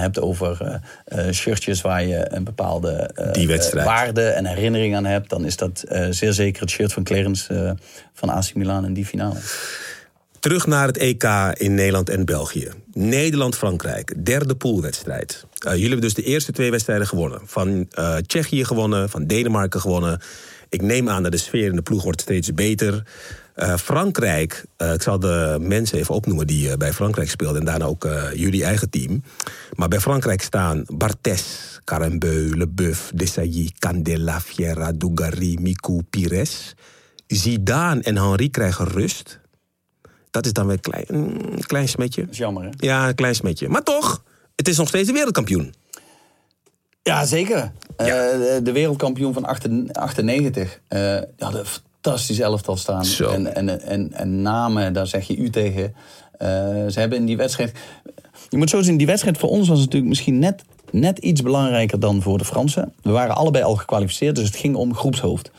hebt over uh, uh, shirtjes waar je een bepaalde uh, Die wedstrijd. uh, waarde en herinnering aan hebt, dan is dat uh, zeer zeker het shirt van Clarence uh, van A C Milan in die finale. Terug naar het E K in Nederland en België. Nederland-Frankrijk, derde poolwedstrijd. Uh, jullie hebben dus de eerste twee wedstrijden gewonnen. Van uh, Tsjechië gewonnen, van Denemarken gewonnen. Ik neem aan dat de sfeer in de ploeg wordt steeds beter. Uh, Frankrijk, uh, ik zal de mensen even opnoemen die uh, bij Frankrijk speelden. En daarna ook uh, jullie eigen team. Maar bij Frankrijk staan Barthez, Carambeu, Leboeuf, Desailly, Candela, Vieira, Dugarry, Mikou, Pires. Zidane en Henry krijgen rust. Dat is dan weer een klein, een klein smetje. Dat is jammer, hè? Ja, een klein smetje. Maar toch, het is nog steeds de wereldkampioen. Ja, zeker. Ja. Uh, de wereldkampioen van achtennegentig. Uh, die hadden een fantastisch elftal staan. Zo. En, en, en, en namen, daar zeg je u tegen. Uh, ze hebben in die wedstrijd... Je moet zo zien, die wedstrijd voor ons was natuurlijk misschien net, net iets belangrijker dan voor de Fransen. We waren allebei al gekwalificeerd, dus het ging om groepshoofd.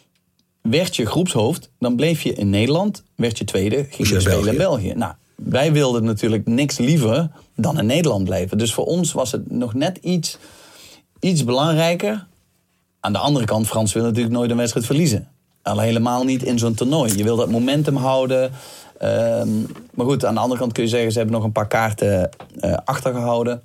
Werd je groepshoofd, dan bleef je in Nederland. Werd je tweede, ging je, je spelen in België. Nou, wij wilden natuurlijk niks liever dan in Nederland blijven. Dus voor ons was het nog net iets, iets belangrijker. Aan de andere kant, Frans wil natuurlijk nooit een wedstrijd verliezen. Al helemaal niet in zo'n toernooi. Je wil dat momentum houden. Um, maar goed, aan de andere kant kun je zeggen... ze hebben nog een paar kaarten uh, achtergehouden.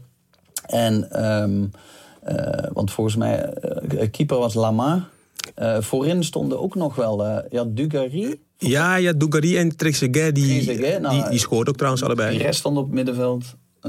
En, um, uh, want volgens mij, uh, keeper was Lama. Uh, voorin stonden ook nog wel... Uh, ja, Dugarry. Ja, ja, Dugarry en Trezeguet, die, Trezeguet, nou, die, die scoorden ook trouwens allebei. Die rest stond op het middenveld.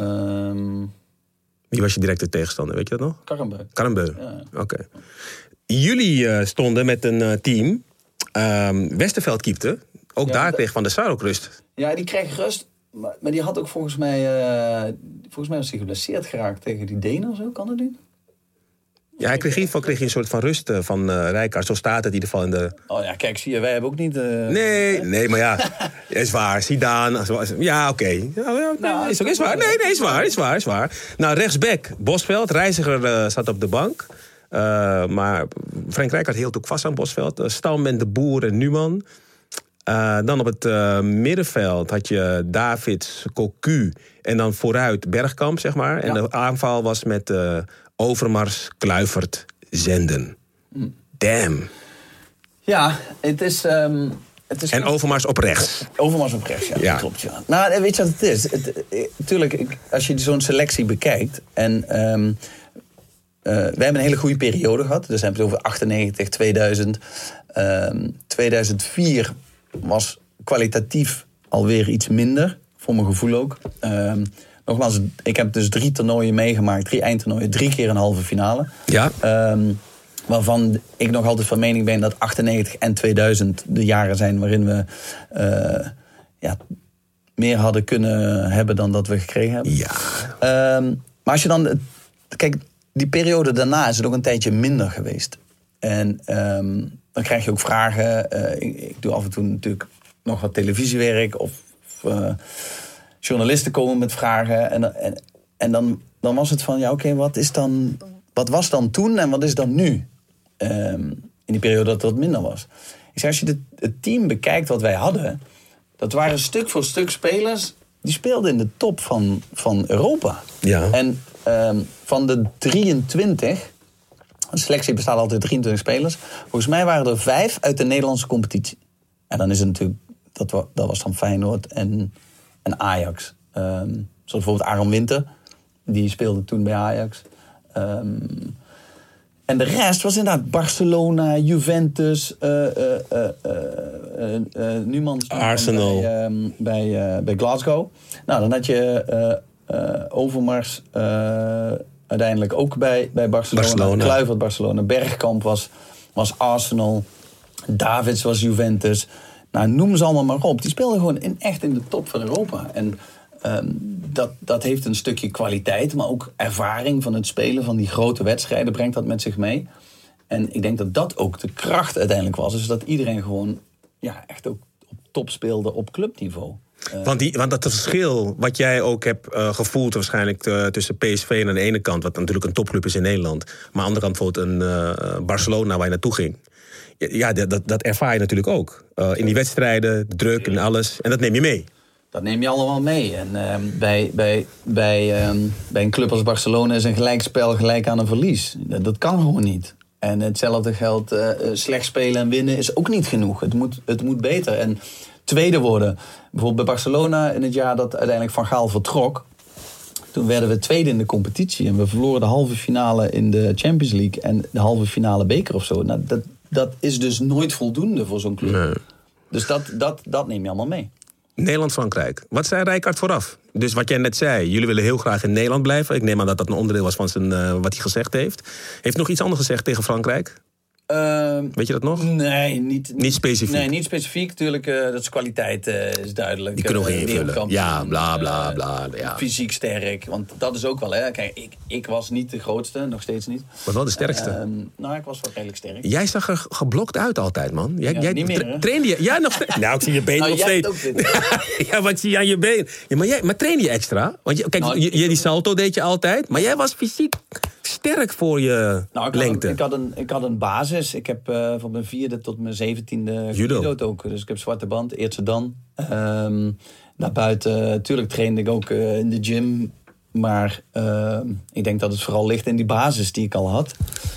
Um, Wie was je directe tegenstander, weet je dat nog? Carambeu. Carambeu, Ja. oké. Okay. Jullie uh, stonden met een uh, team. Um, Westerveld keepte. Ook Ja, daar dat- kreeg Van der Sar ook rust. Ja, die kreeg rust. Maar, maar die had ook volgens mij... Uh, volgens mij was hij geblesseerd geraakt tegen die Denen of zo. Kan dat niet? Ja, hij kreeg in ieder geval kreeg hij een soort van rust uh, van uh, Rijkaard. Zo staat het in ieder geval in de... Oh ja, kijk, zie je, wij hebben ook niet... Uh, Nee, nee, maar ja, is waar. Zidane, ja, oké. Okay. Ja, ja, Nou, is, ook, is waar. Nee, nee, is waar, is waar, is waar. Nou, rechtsback, Bosveld. Reiziger uh, zat op de bank. Uh, maar Frank Rijkaard hield ook vast aan Bosveld. Uh, Stam en de Boer en Numan. Uh, dan op het uh, middenveld had je Davids, Cocu en dan vooruit Bergkamp, zeg maar. En Ja. de aanval was met uh, Overmars, Kluivert, Zenden. Damn. Ja, het is... Um, het is En Overmars op rechts. Overmars op rechts, ja. Ja. Dat klopt, ja. Nou, weet je wat het is? Het, eh, tuurlijk, ik- als je zo'n selectie bekijkt... en um, uh, wij hebben een hele goede periode gehad. Dus we hebben het over achtennegentig, tweeduizend. Um, tweeduizend vier was kwalitatief alweer iets minder. Voor mijn gevoel ook. Um, nogmaals, ik heb dus drie toernooien meegemaakt. Drie eindtoernooien, drie keer een halve finale. Ja. Um, waarvan ik nog altijd van mening ben dat achtennegentig en tweeduizend de jaren zijn waarin we uh, ja, meer hadden kunnen hebben dan dat we gekregen hebben. Ja. Um, maar als je dan... Kijk, die periode daarna is het ook een tijdje minder geweest. En um, dan krijg je ook vragen. Uh, ik, ik doe af en toe natuurlijk nog wat televisiewerk. Of uh, journalisten komen met vragen. En, en, en dan, dan was het van, ja oké, okay, wat is dan... Wat was dan toen en wat is dan nu? Um, in die periode dat het wat minder was. Ik zeg, als je de, het team bekijkt wat wij hadden... dat waren stuk voor stuk spelers... die speelden in de top van, van Europa. Ja. En um, van de drieëntwintig... een selectie bestaat altijd uit drieëntwintig spelers... volgens mij waren er vijf uit de Nederlandse competitie. En dan is het natuurlijk... dat, wa, dat was dan Feyenoord en, en Ajax. Um, zoals bijvoorbeeld Aaron Winter... die speelde toen bij Ajax... Um, en de rest was inderdaad Barcelona, Juventus, uh, uh, uh, uh, uh, Numan Arsenal. bij, um, bij, uh, bij Glasgow. Nou, dan had je uh, uh, Overmars uh, uiteindelijk ook bij, bij Barcelona. Barcelona. Kluivert Barcelona. Bergkamp was, was Arsenal. Davids was Juventus. Nou, noem ze allemaal maar op. Die speelden gewoon in, echt in de top van Europa. En Um, dat, dat heeft een stukje kwaliteit, maar ook ervaring van het spelen van die grote wedstrijden brengt dat met zich mee. En ik denk dat dat ook de kracht uiteindelijk was. Dus dat iedereen gewoon ja, echt ook op top speelde op clubniveau. Uh, Want, die, want dat verschil wat jij ook hebt uh, gevoeld waarschijnlijk uh, tussen P S V aan de ene kant... wat natuurlijk een topclub is in Nederland... maar aan de andere kant bijvoorbeeld een uh, Barcelona waar je naartoe ging... Ja, dat, dat ervaar je natuurlijk ook. Uh, in die wedstrijden, de druk en alles. En dat neem je mee. Dat neem je allemaal mee. En uh, bij, bij, bij, um, bij een club als Barcelona is een gelijkspel gelijk aan een verlies. Dat, dat kan gewoon niet. En hetzelfde geldt, uh, slecht spelen en winnen is ook niet genoeg. Het moet, het moet beter. En tweede worden. Bijvoorbeeld bij Barcelona in het jaar dat uiteindelijk Van Gaal vertrok. Toen werden we tweede in de competitie. En we verloren de halve finale in de Champions League. En de halve finale beker of zo. Nou, dat, dat is dus nooit voldoende voor zo'n club. Nee. Dus dat, dat, dat neem je allemaal mee. Nederland-Frankrijk. Wat zei Rijkaard vooraf? Dus wat jij net zei, jullie willen heel graag in Nederland blijven. Ik neem aan dat dat een onderdeel was van zijn, uh, wat hij gezegd heeft. Heeft hij nog iets anders gezegd tegen Frankrijk? Uh, Weet je dat nog? Nee, niet, niet specifiek. Nee, niet specifiek. Natuurlijk, uh, dat is kwaliteit uh, is duidelijk. Die kunnen we uh, invullen. Ja, bla bla bla. Ja. Fysiek sterk. Want dat is ook wel, hè. Kijk, ik, ik was niet de grootste, nog steeds niet. Maar wel de sterkste. Uh, nou, ik was wel redelijk sterk. Jij zag er geblokt uit altijd, man. Jij, ja, jij niet meer, tra- trainde je? Ja, nog steeds. Nou, ik zie je been nou, nog steeds. Ja, wat zie je aan je been? Ja, maar, jij, maar train je extra? Want je, kijk, nou, je, je, die salto deed je altijd. Maar jij was fysiek sterk voor je nou, ik lengte. Had een, ik, had een, ik had een basis. Ik heb uh, van mijn vierde tot mijn zeventiende judo'd ook. Dus ik heb zwarte band, eerste dan. Um, daarbuiten, natuurlijk trainde ik ook uh, in de gym. Maar uh, ik denk dat het vooral ligt in die basis die ik al had.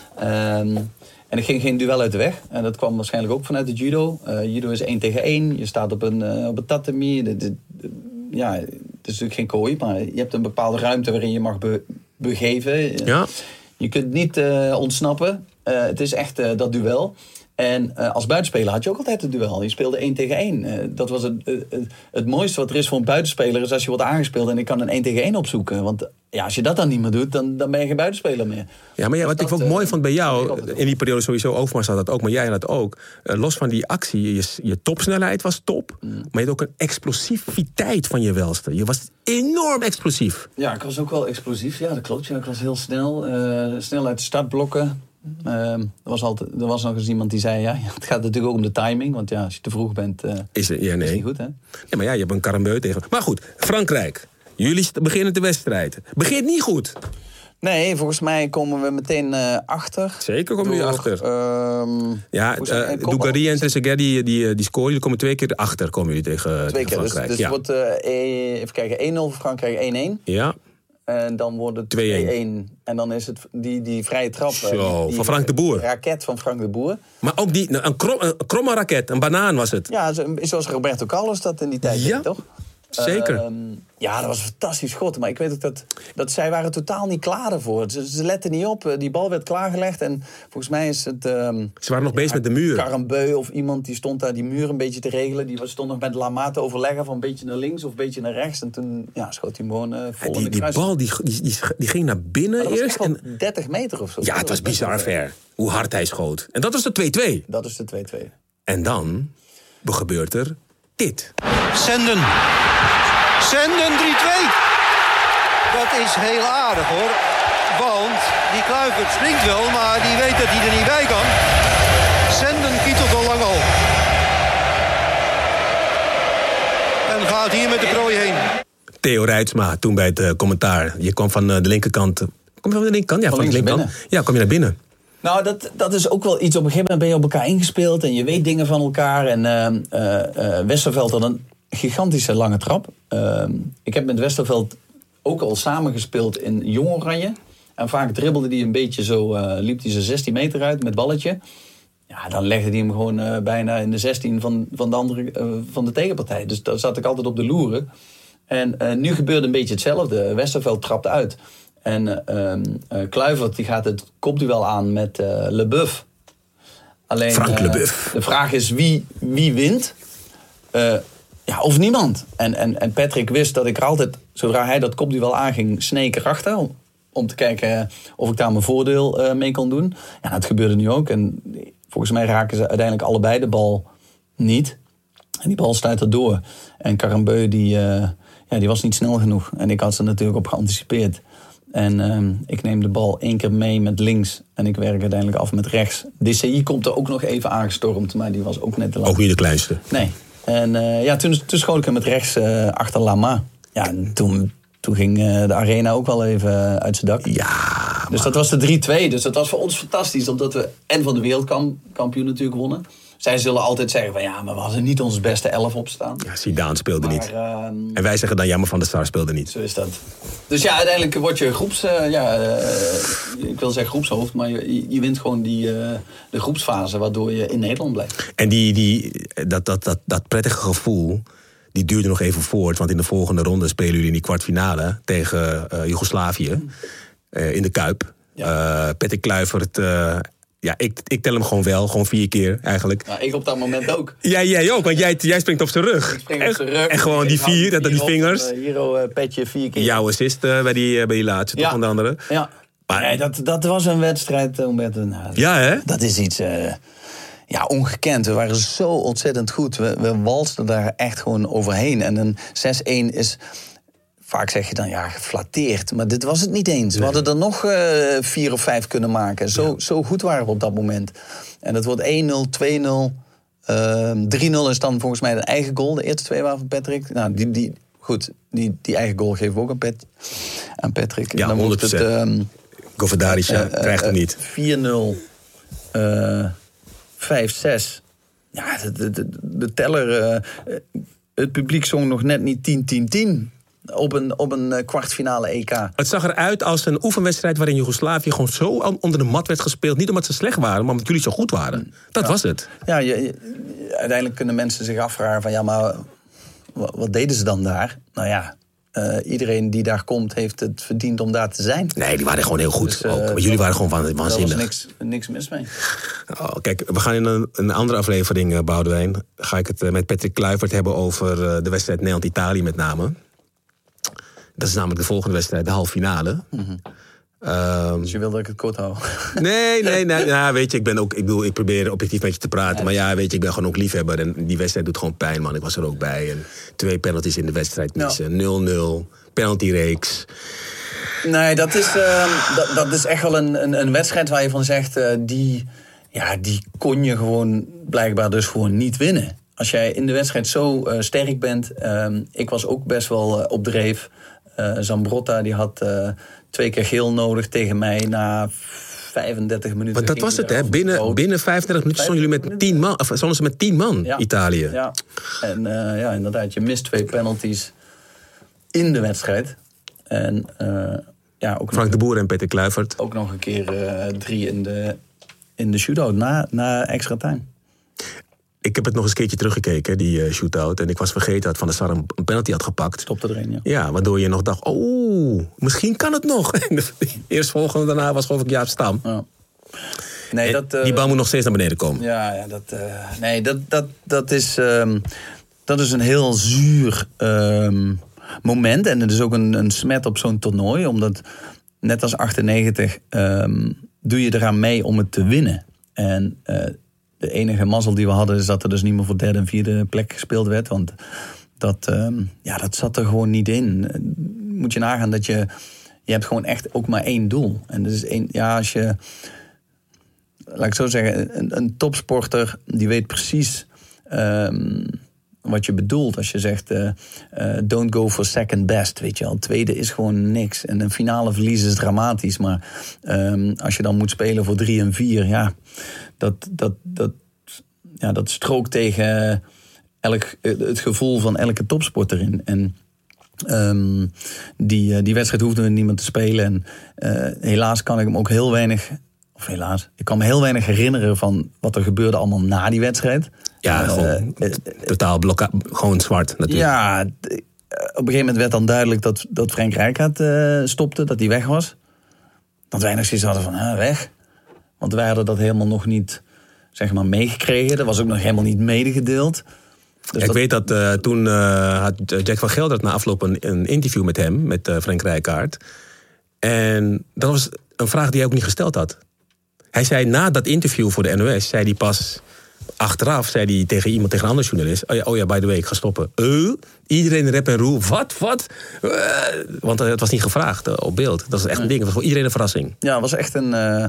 Um, en ik ging geen duel uit de weg. En dat kwam waarschijnlijk ook vanuit de judo. Uh, judo is één tegen één. Je staat op een, uh, op een tatami. De, de, de, ja, het is natuurlijk geen kooi, maar je hebt een bepaalde ruimte waarin je mag be, begeven. Ja. Je kunt niet uh, ontsnappen. Uh, het is echt uh, dat duel. En uh, als buitenspeler had je ook altijd het duel. Je speelde één tegen één. Uh, dat was het, uh, het mooiste wat er is voor een buitenspeler... is als je wordt aangespeeld en ik kan een één tegen één opzoeken. Want ja, als je dat dan niet meer doet, dan, dan ben je geen buitenspeler meer. Ja, maar ja, wat dus ik ook uh, mooi vond bij jou... in die periode sowieso, Overmars had dat ook, maar jij had dat ook. Uh, los van die actie, je, je topsnelheid was top... Mm. maar je had ook een explosiviteit van je welste. Je was enorm explosief. Ja, ik was ook wel explosief. Ja, dat klopt. Ja, ik was heel snel. Uh, snel uit de startblokken. Uh, er, was altijd, er was nog eens iemand die zei... ja, het gaat natuurlijk ook om de timing. Want ja, als je te vroeg bent, uh, is het ja, nee. is niet goed, hè? Ja, maar ja, je hebt een karambeu tegen... Maar goed, Frankrijk. Jullie beginnen de wedstrijd. Begint niet goed. Nee, volgens mij komen we meteen uh, achter. Zeker komen jullie achter. Uh, ja, uh, Dugarry en Trezeguet die, die, die scoren. Jullie komen twee keer achter komen jullie tegen, twee tegen keer, Frankrijk. Dus, dus ja. wordt uh, even kijken, één nul voor Frankrijk, één één. Ja. En dan wordt het twee één. En dan is het die, die vrije trap. Zo, die, van Frank de Boer. Raket van Frank de Boer. Maar ook die, een, krom, een kromme raket, een banaan was het. Ja, zoals Roberto Carlos dat in die tijd ja. deed, toch? Zeker. Uh, ja, dat was een fantastisch schot. Maar ik weet ook dat, dat zij waren totaal niet klaar ervoor. Ze, ze letten niet op. Die bal werd klaargelegd. En volgens mij is het... Um, ze waren nog bezig ja, met de muur. Karambeu of iemand die stond daar die muur een beetje te regelen. Die stond nog met Lama te overleggen van een beetje naar links of een beetje naar rechts. En toen ja, schoot hij hem gewoon uh, vol die, in de die kruis. bal die, die, die, die ging naar binnen maar dat eerst. Was en dertig meter of zo. Ja, het was bizar ver. Hoe hard hij schoot. En dat was de twee twee. Dat is de twee twee. En dan gebeurt er dit. Zenden. Zenden drie twee. Dat is heel aardig, hoor. Want die Kluivert springt wel, maar die weet dat hij er niet bij kan. Zenden kietelt al lang al. En gaat hier met de prooi heen. Theo Reitsma, toen bij het uh, commentaar. Je kwam van uh, de linkerkant. Kom je van de linkerkant? Ja, van, van de linkerkant. Ja, kom je naar binnen. Nou, dat, dat is ook wel iets. Op een gegeven moment ben je op elkaar ingespeeld en je weet dingen van elkaar. En uh, uh, Westerveld had een gigantische lange trap. Uh, ik heb met Westerveld ook al samengespeeld in Jong Oranje. En vaak dribbelde hij een beetje zo, uh, liep hij zijn zestien meter uit met balletje. Ja, dan legde hij hem gewoon uh, bijna in de zestien van, van, de andere, uh, van de tegenpartij. Dus daar zat ik altijd op de loeren. En uh, nu gebeurde een beetje hetzelfde. Westerveld trapt uit. En uh, uh, Kluivert die gaat het kopduel aan met uh, Leboeuf. Alleen, Frank uh, Leboeuf. De vraag is wie, wie wint? Uh, ja, of niemand. En, en, en Patrick wist dat ik er altijd, zodra hij dat kopduel aanging, sneek erachter. Om, om te kijken of ik daar mijn voordeel uh, mee kon doen. Ja, dat gebeurde nu ook. En volgens mij raken ze uiteindelijk allebei de bal niet. En die bal stuit er door. En Karambeu die, uh, ja, die was niet snel genoeg. En ik had ze natuurlijk op geanticipeerd. En uh, ik neem de bal één keer mee met links. En ik werk uiteindelijk af met rechts. D C I komt er ook nog even aangestormd. Maar die was ook net te laat. Ook niet de kleinste. Nee. En uh, ja, toen, toen schoot ik hem met rechts uh, achter Lama. Ja, en toen, toen ging uh, de arena ook wel even uh, uit zijn dak. Ja, dus dat was de drie twee. Dus dat was voor ons fantastisch. Omdat we en van de wereldkampioen natuurlijk wonnen. zij zullen altijd zeggen van ja, maar we hadden niet onze beste elf opstaan. Ja, Zidane speelde Maar, niet. Uh, en wij zeggen dan, ja, maar Van der Sar speelde niet. Zo is dat. Dus ja, uiteindelijk word je groeps... Uh, ja, uh, ik wil zeggen groepshoofd, maar je, je wint gewoon die, uh, de groepsfase... waardoor je in Nederland blijft. En die, die, dat, dat, dat, dat prettige gevoel, die duurde nog even voort. Want in de volgende ronde spelen jullie in die kwartfinale tegen uh, Joegoslavië. Uh, in de Kuip. Ja. Uh, Patrick Kluivert... Uh, Ja, ik, ik tel hem gewoon wel. Gewoon vier keer eigenlijk. Ja, ik op dat moment ook. Ja, jij ook, want jij, jij springt op zijn rug. Ik spring op zijn rug. En gewoon die vier, dat, die vingers. Een hero uh, petje vier keer. Jouw assist uh, bij, die, uh, bij die laatste, ja. toch onder andere. Ja, maar, nee, dat, dat was een wedstrijd, Humberto. Nou, ja, hè? Dat is iets uh, ja, ongekend. We waren zo ontzettend goed. We, we walsten daar echt gewoon overheen. En een zes-een is... Vaak zeg je dan, ja, geflatteerd. Maar dit was het niet eens. Nee. We hadden er nog uh, vier of vijf kunnen maken. Zo, ja. zo goed waren we op dat moment. En dat wordt één nul, twee nul. Uh, drie nul is dan volgens mij de eigen goal. De eerste twee waren van Patrick. Nou, die, die, goed, die, die eigen goal geven we ook aan, Pat, aan Patrick. Ja, dan honderd procent. Het, um, Govardarica uh, uh, krijgt hem niet. vier nul, uh, vijf zes. Ja, de, de, de, de teller... Uh, het publiek zong nog net niet tien tien tien... Op een, op een kwartfinale E K. Het zag eruit als een oefenwedstrijd waarin Joegoslavië gewoon zo onder de mat werd gespeeld. Niet omdat ze slecht waren, maar omdat jullie zo goed waren. Dat ja. was het. Ja, je, je, uiteindelijk kunnen mensen zich afvragen van ja, maar wat, wat deden ze dan daar? Nou ja, uh, iedereen die daar komt heeft het verdiend om daar te zijn. Nee, die waren gewoon heel goed. Dus, uh, ook. Maar jullie waren gewoon waanzinnig. Daar was niks, niks mis mee. Oh, kijk, we gaan in een, een andere aflevering, uh, Boudewijn. Ga ik het uh, met Patrick Kluivert hebben over uh, de wedstrijd Nederland-Italië met name. Dat is namelijk de volgende wedstrijd, de halve finale. Mm-hmm. Um, dus je wil dat ik het kort hou? Nee, nee, nee. Nou, weet je, ik ben ook, ik bedoel, ik probeer objectief met je te praten. Ja, maar ja, weet je, ik ben gewoon ook liefhebber. En die wedstrijd doet gewoon pijn, man. Ik was er ook bij. En twee penalties in de wedstrijd missen. nul nul, penaltyreeks. Nee, dat is, uh, dat, dat is echt wel een, een, een wedstrijd waar je van zegt... Uh, die, ja, die kon je gewoon blijkbaar dus gewoon niet winnen. Als jij in de wedstrijd zo uh, sterk bent... Um, ik was ook best wel uh, op dreef... Uh, Zambrotta die had uh, twee keer geel nodig tegen mij na vijfendertig minuten. Want dat was het, hè? Binnen, binnen vijfendertig minuten stonden jullie met tien man, of stonden ze met tien man, ja. Italië. Ja, en uh, ja, inderdaad, je mist twee penalties in de wedstrijd. En uh, ja, ook Frank nog, de Boer en Peter Kluivert. Ook nog een keer uh, drie in de, in de shootout na, na extra time. Ik heb het nog eens een keertje teruggekeken, die uh, shootout. En ik was vergeten dat Van der Sar een penalty had gepakt. Stopte erin, ja. Ja, waardoor je nog dacht, oh, misschien kan het nog. Eerstvolgende daarna was geloof ik Jaap Stam. Ja. Nee, dat, uh, die bal moet nog steeds naar beneden komen. Ja, ja dat, uh, nee, dat, dat, dat, is, um, dat is een heel zuur um, moment. En het is ook een, een smet op zo'n toernooi. Omdat, net als achtennegentig, um, doe je eraan mee om het te winnen. En... Uh, De enige mazzel die we hadden is dat er dus niet meer voor derde en vierde plek gespeeld werd. Want dat, um, ja, dat zat er gewoon niet in. Moet je nagaan dat je... Je hebt gewoon echt ook maar één doel. En dat is één... Ja, als je... Laat ik zo zeggen, een, een topsporter die weet precies... Um, wat je bedoelt als je zegt... Uh, uh, don't go for second best, weet je wel. Tweede is gewoon niks. En een finale verlies is dramatisch. Maar um, als je dan moet spelen voor drie en vier... ja, dat, dat, dat, ja, dat strookt tegen elk, het gevoel van elke topsporter in. En um, die, die wedstrijd hoefden we niet meer te spelen. En uh, helaas kan ik hem ook heel weinig... Of helaas, ik kan me heel weinig herinneren van wat er gebeurde allemaal na die wedstrijd. Ja, uh, gewoon uh, totaal blokka- gewoon zwart natuurlijk. Ja, op een gegeven moment werd dan duidelijk dat, dat Frank Rijkaard uh, stopte, dat hij weg was. Dat wij nog zoiets hadden van, ah, weg. Want wij hadden dat helemaal nog niet, zeg maar, meegekregen. Dat was ook nog helemaal niet medegedeeld. Dus ik dat... weet dat uh, toen uh, had Jack van Gelder na afloop een, een interview met hem, met uh, Frank Rijkaard. En dat was een vraag die hij ook niet gesteld had. Hij zei na dat interview voor de N O S, zei hij pas achteraf, zei hij tegen iemand, tegen een andere journalist, oh ja, oh ja by the way, ik ga stoppen. Uh, iedereen rep en roer, wat, wat? Uh, want uh, het was niet gevraagd uh, op beeld. Dat is echt een ding, het was voor iedereen een verrassing. Ja, het was echt een, uh,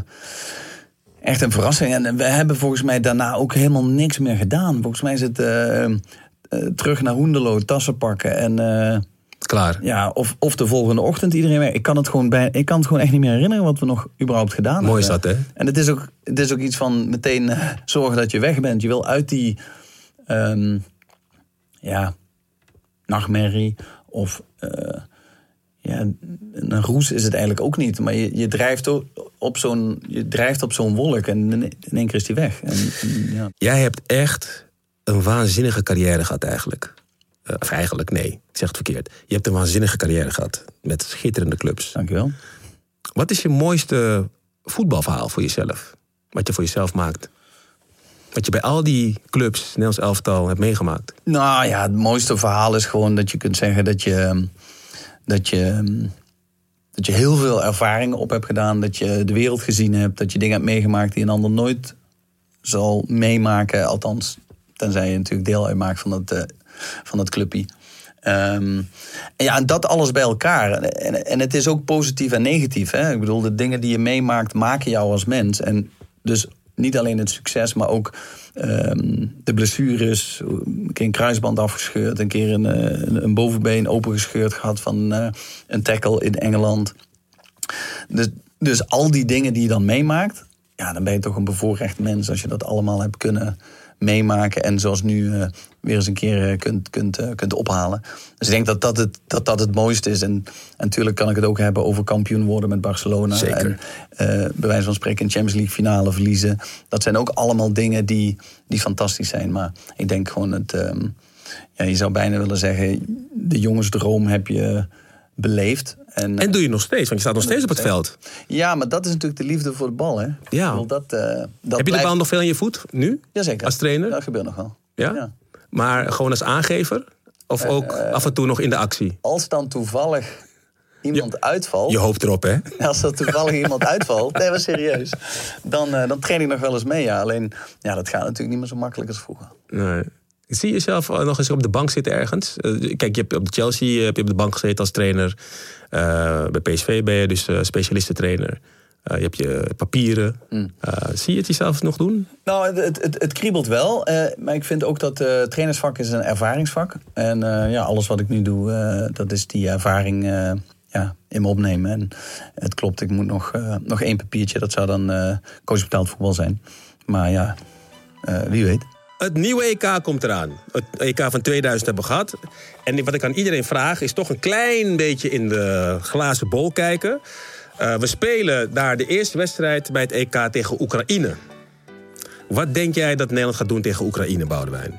echt een verrassing. En we hebben volgens mij daarna ook helemaal niks meer gedaan. Volgens mij is het uh, uh, terug naar Hoenderloo, tassen pakken en... Uh, klaar. Ja, of, of de volgende ochtend iedereen weg. Ik kan, het gewoon bij, ik kan het gewoon echt niet meer herinneren wat we nog überhaupt gedaan hebben. Mooi is dat, hè? En het is ook, het is ook iets van meteen uh, zorgen dat je weg bent. Je wil uit die um, ja, nachtmerrie of uh, ja, een roes is het eigenlijk ook niet. Maar je, je, drijft, op zo'n, je drijft op zo'n wolk en in één keer is die weg. En, en, ja. Jij hebt echt een waanzinnige carrière gehad eigenlijk. Uh, of eigenlijk, nee, ik zeg het verkeerd. Je hebt een waanzinnige carrière gehad met schitterende clubs. Dankjewel. Wat is je mooiste voetbalverhaal voor jezelf? Wat je voor jezelf maakt? Wat je bij al die clubs, Nederlands elftal, hebt meegemaakt? Nou ja, het mooiste verhaal is gewoon dat je kunt zeggen dat je, dat je, dat je heel veel ervaringen op hebt gedaan. Dat je de wereld gezien hebt. Dat je dingen hebt meegemaakt die een ander nooit zal meemaken. Althans, tenzij je natuurlijk deel uitmaakt van dat, uh, van dat clubje. Um, en ja, en dat alles bij elkaar. En, en het is ook positief en negatief. Hè? Ik bedoel, de dingen die je meemaakt maken jou als mens. En dus niet alleen het succes, maar ook um, de blessures. Een keer een kruisband afgescheurd. Een keer een, een, een bovenbeen opengescheurd gehad van uh, een tackle in Engeland. Dus, dus al die dingen die je dan meemaakt, ja, dan ben je toch een bevoorrecht mens als je dat allemaal hebt kunnen meemaken en zoals nu uh, weer eens een keer uh, kunt, kunt, uh, kunt ophalen. Dus ik denk dat dat het, dat dat het mooiste is. En, en natuurlijk kan ik het ook hebben over kampioen worden met Barcelona. Zeker. En uh, bij wijze van spreken een Champions League finale verliezen. Dat zijn ook allemaal dingen die, die fantastisch zijn. Maar ik denk gewoon het, um, ja, je zou bijna willen zeggen, de jongensdroom heb je beleefd. En, en doe je nog steeds, want je staat nog steeds op het veld. Ja, maar dat is natuurlijk de liefde voor de bal, hè? Ja. Bedoel, dat, uh, dat Heb je blijft... de bal nog veel in je voet, nu? Jazeker. Als trainer? Dat gebeurt nog wel. Ja? Ja. Maar gewoon als aangever? Of uh, ook af en toe nog in de actie? Als dan toevallig iemand je, uitvalt... Je hoopt erop, hè? Als er toevallig iemand uitvalt, nee, maar serieus. Dan, uh, dan train ik nog wel eens mee, ja. Alleen, ja, dat gaat natuurlijk niet meer zo makkelijk als vroeger. Nee. Zie je jezelf nog eens op de bank zitten ergens? Uh, kijk, je hebt op de Chelsea heb je op de bank gezeten als trainer. Uh, bij P S V ben je dus uh, specialistentrainer. Uh, je hebt je papieren. Mm. Uh, zie je het jezelf nog doen? Nou, het, het, het kriebelt wel. Uh, maar ik vind ook dat uh, trainersvak is een ervaringsvak. En uh, ja, alles wat ik nu doe, uh, dat is die ervaring uh, ja, in me opnemen. En het klopt, ik moet nog, uh, nog één papiertje. Dat zou dan uh, coach betaald voetbal zijn. Maar ja, uh, wie weet. Het nieuwe E K komt eraan. Het E K van tweeduizend hebben we gehad. En wat ik aan iedereen vraag is toch een klein beetje in de glazen bol kijken. Uh, we spelen daar de eerste wedstrijd bij het E K tegen Oekraïne. Wat denk jij dat Nederland gaat doen tegen Oekraïne, Boudewijn?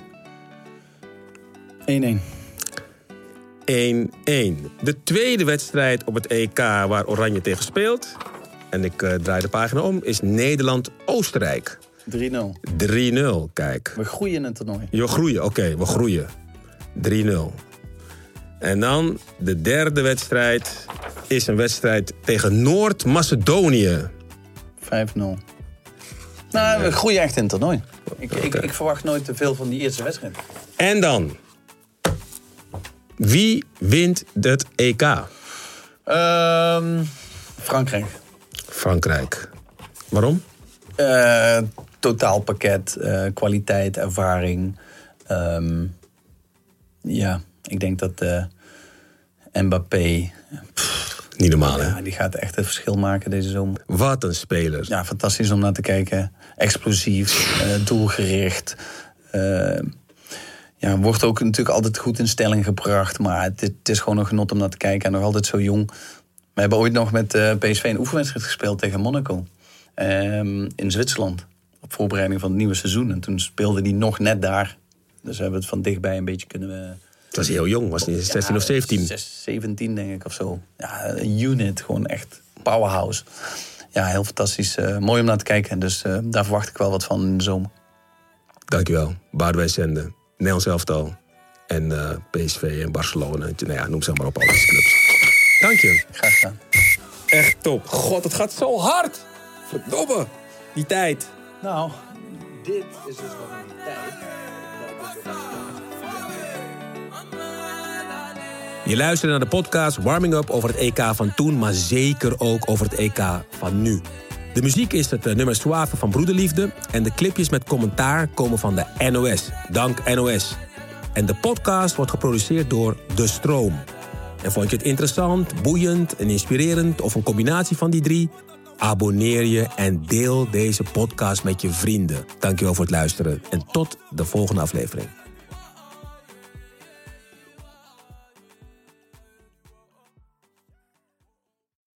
één-één. één-één. De tweede wedstrijd op het E K waar Oranje tegen speelt, en ik uh, draai de pagina om, is Nederland-Oostenrijk. drie nul. drie nul, kijk. We groeien in het toernooi. Je groeien, oké, okay, we groeien. drie nul. En dan de derde wedstrijd is een wedstrijd tegen Noord-Macedonië. vijf nul. Nou, we groeien echt in het toernooi. Ik, okay. ik, ik verwacht nooit te veel van die eerste wedstrijd. En dan? Wie wint het E K? Um, Frankrijk. Frankrijk. Waarom? Uh, totaalpakket, uh, kwaliteit, ervaring. Um, ja, ik denk dat uh, Mbappé... Pff, Niet normaal, hè? Ja, die gaat echt het verschil maken deze zomer. Wat een speler. Ja, fantastisch om naar te kijken. Explosief, uh, doelgericht. Uh, ja, wordt ook natuurlijk altijd goed in stelling gebracht. Maar het, het is gewoon een genot om naar te kijken. En nog altijd zo jong. We hebben ooit nog met uh, P S V een oefenwedstrijd gespeeld tegen Monaco. Um, in Zwitserland. Op voorbereiding van het nieuwe seizoen. En toen speelde hij nog net daar. Dus we hebben het van dichtbij een beetje kunnen... Uh, Het was heel jong, was hij zestien ja, of zeventien? zes, zeventien denk ik of zo. Ja, een unit, gewoon echt powerhouse. Ja, heel fantastisch. Uh, mooi om naar te kijken. Dus uh, daar verwacht ik wel wat van in de zomer. Dankjewel. Boudewijn Sende, Nederlands elftal en uh, P S V en Barcelona. Nou ja, noem ze maar op, al deze clubs. Dank je. Graag gedaan. Echt top. God, het gaat zo hard. Verdomme. Die tijd. Nou, dit is dus nog een tijd... Je luistert naar de podcast Warming Up over het E K van toen, maar zeker ook over het E K van nu. De muziek is het nummer Suave van Broederliefde en de clipjes met commentaar komen van de N O S. Dank N O S. En de podcast wordt geproduceerd door De Stroom. En vond je het interessant, boeiend en inspirerend of een combinatie van die drie? Abonneer je en deel deze podcast met je vrienden. Dankjewel voor het luisteren en tot de volgende aflevering.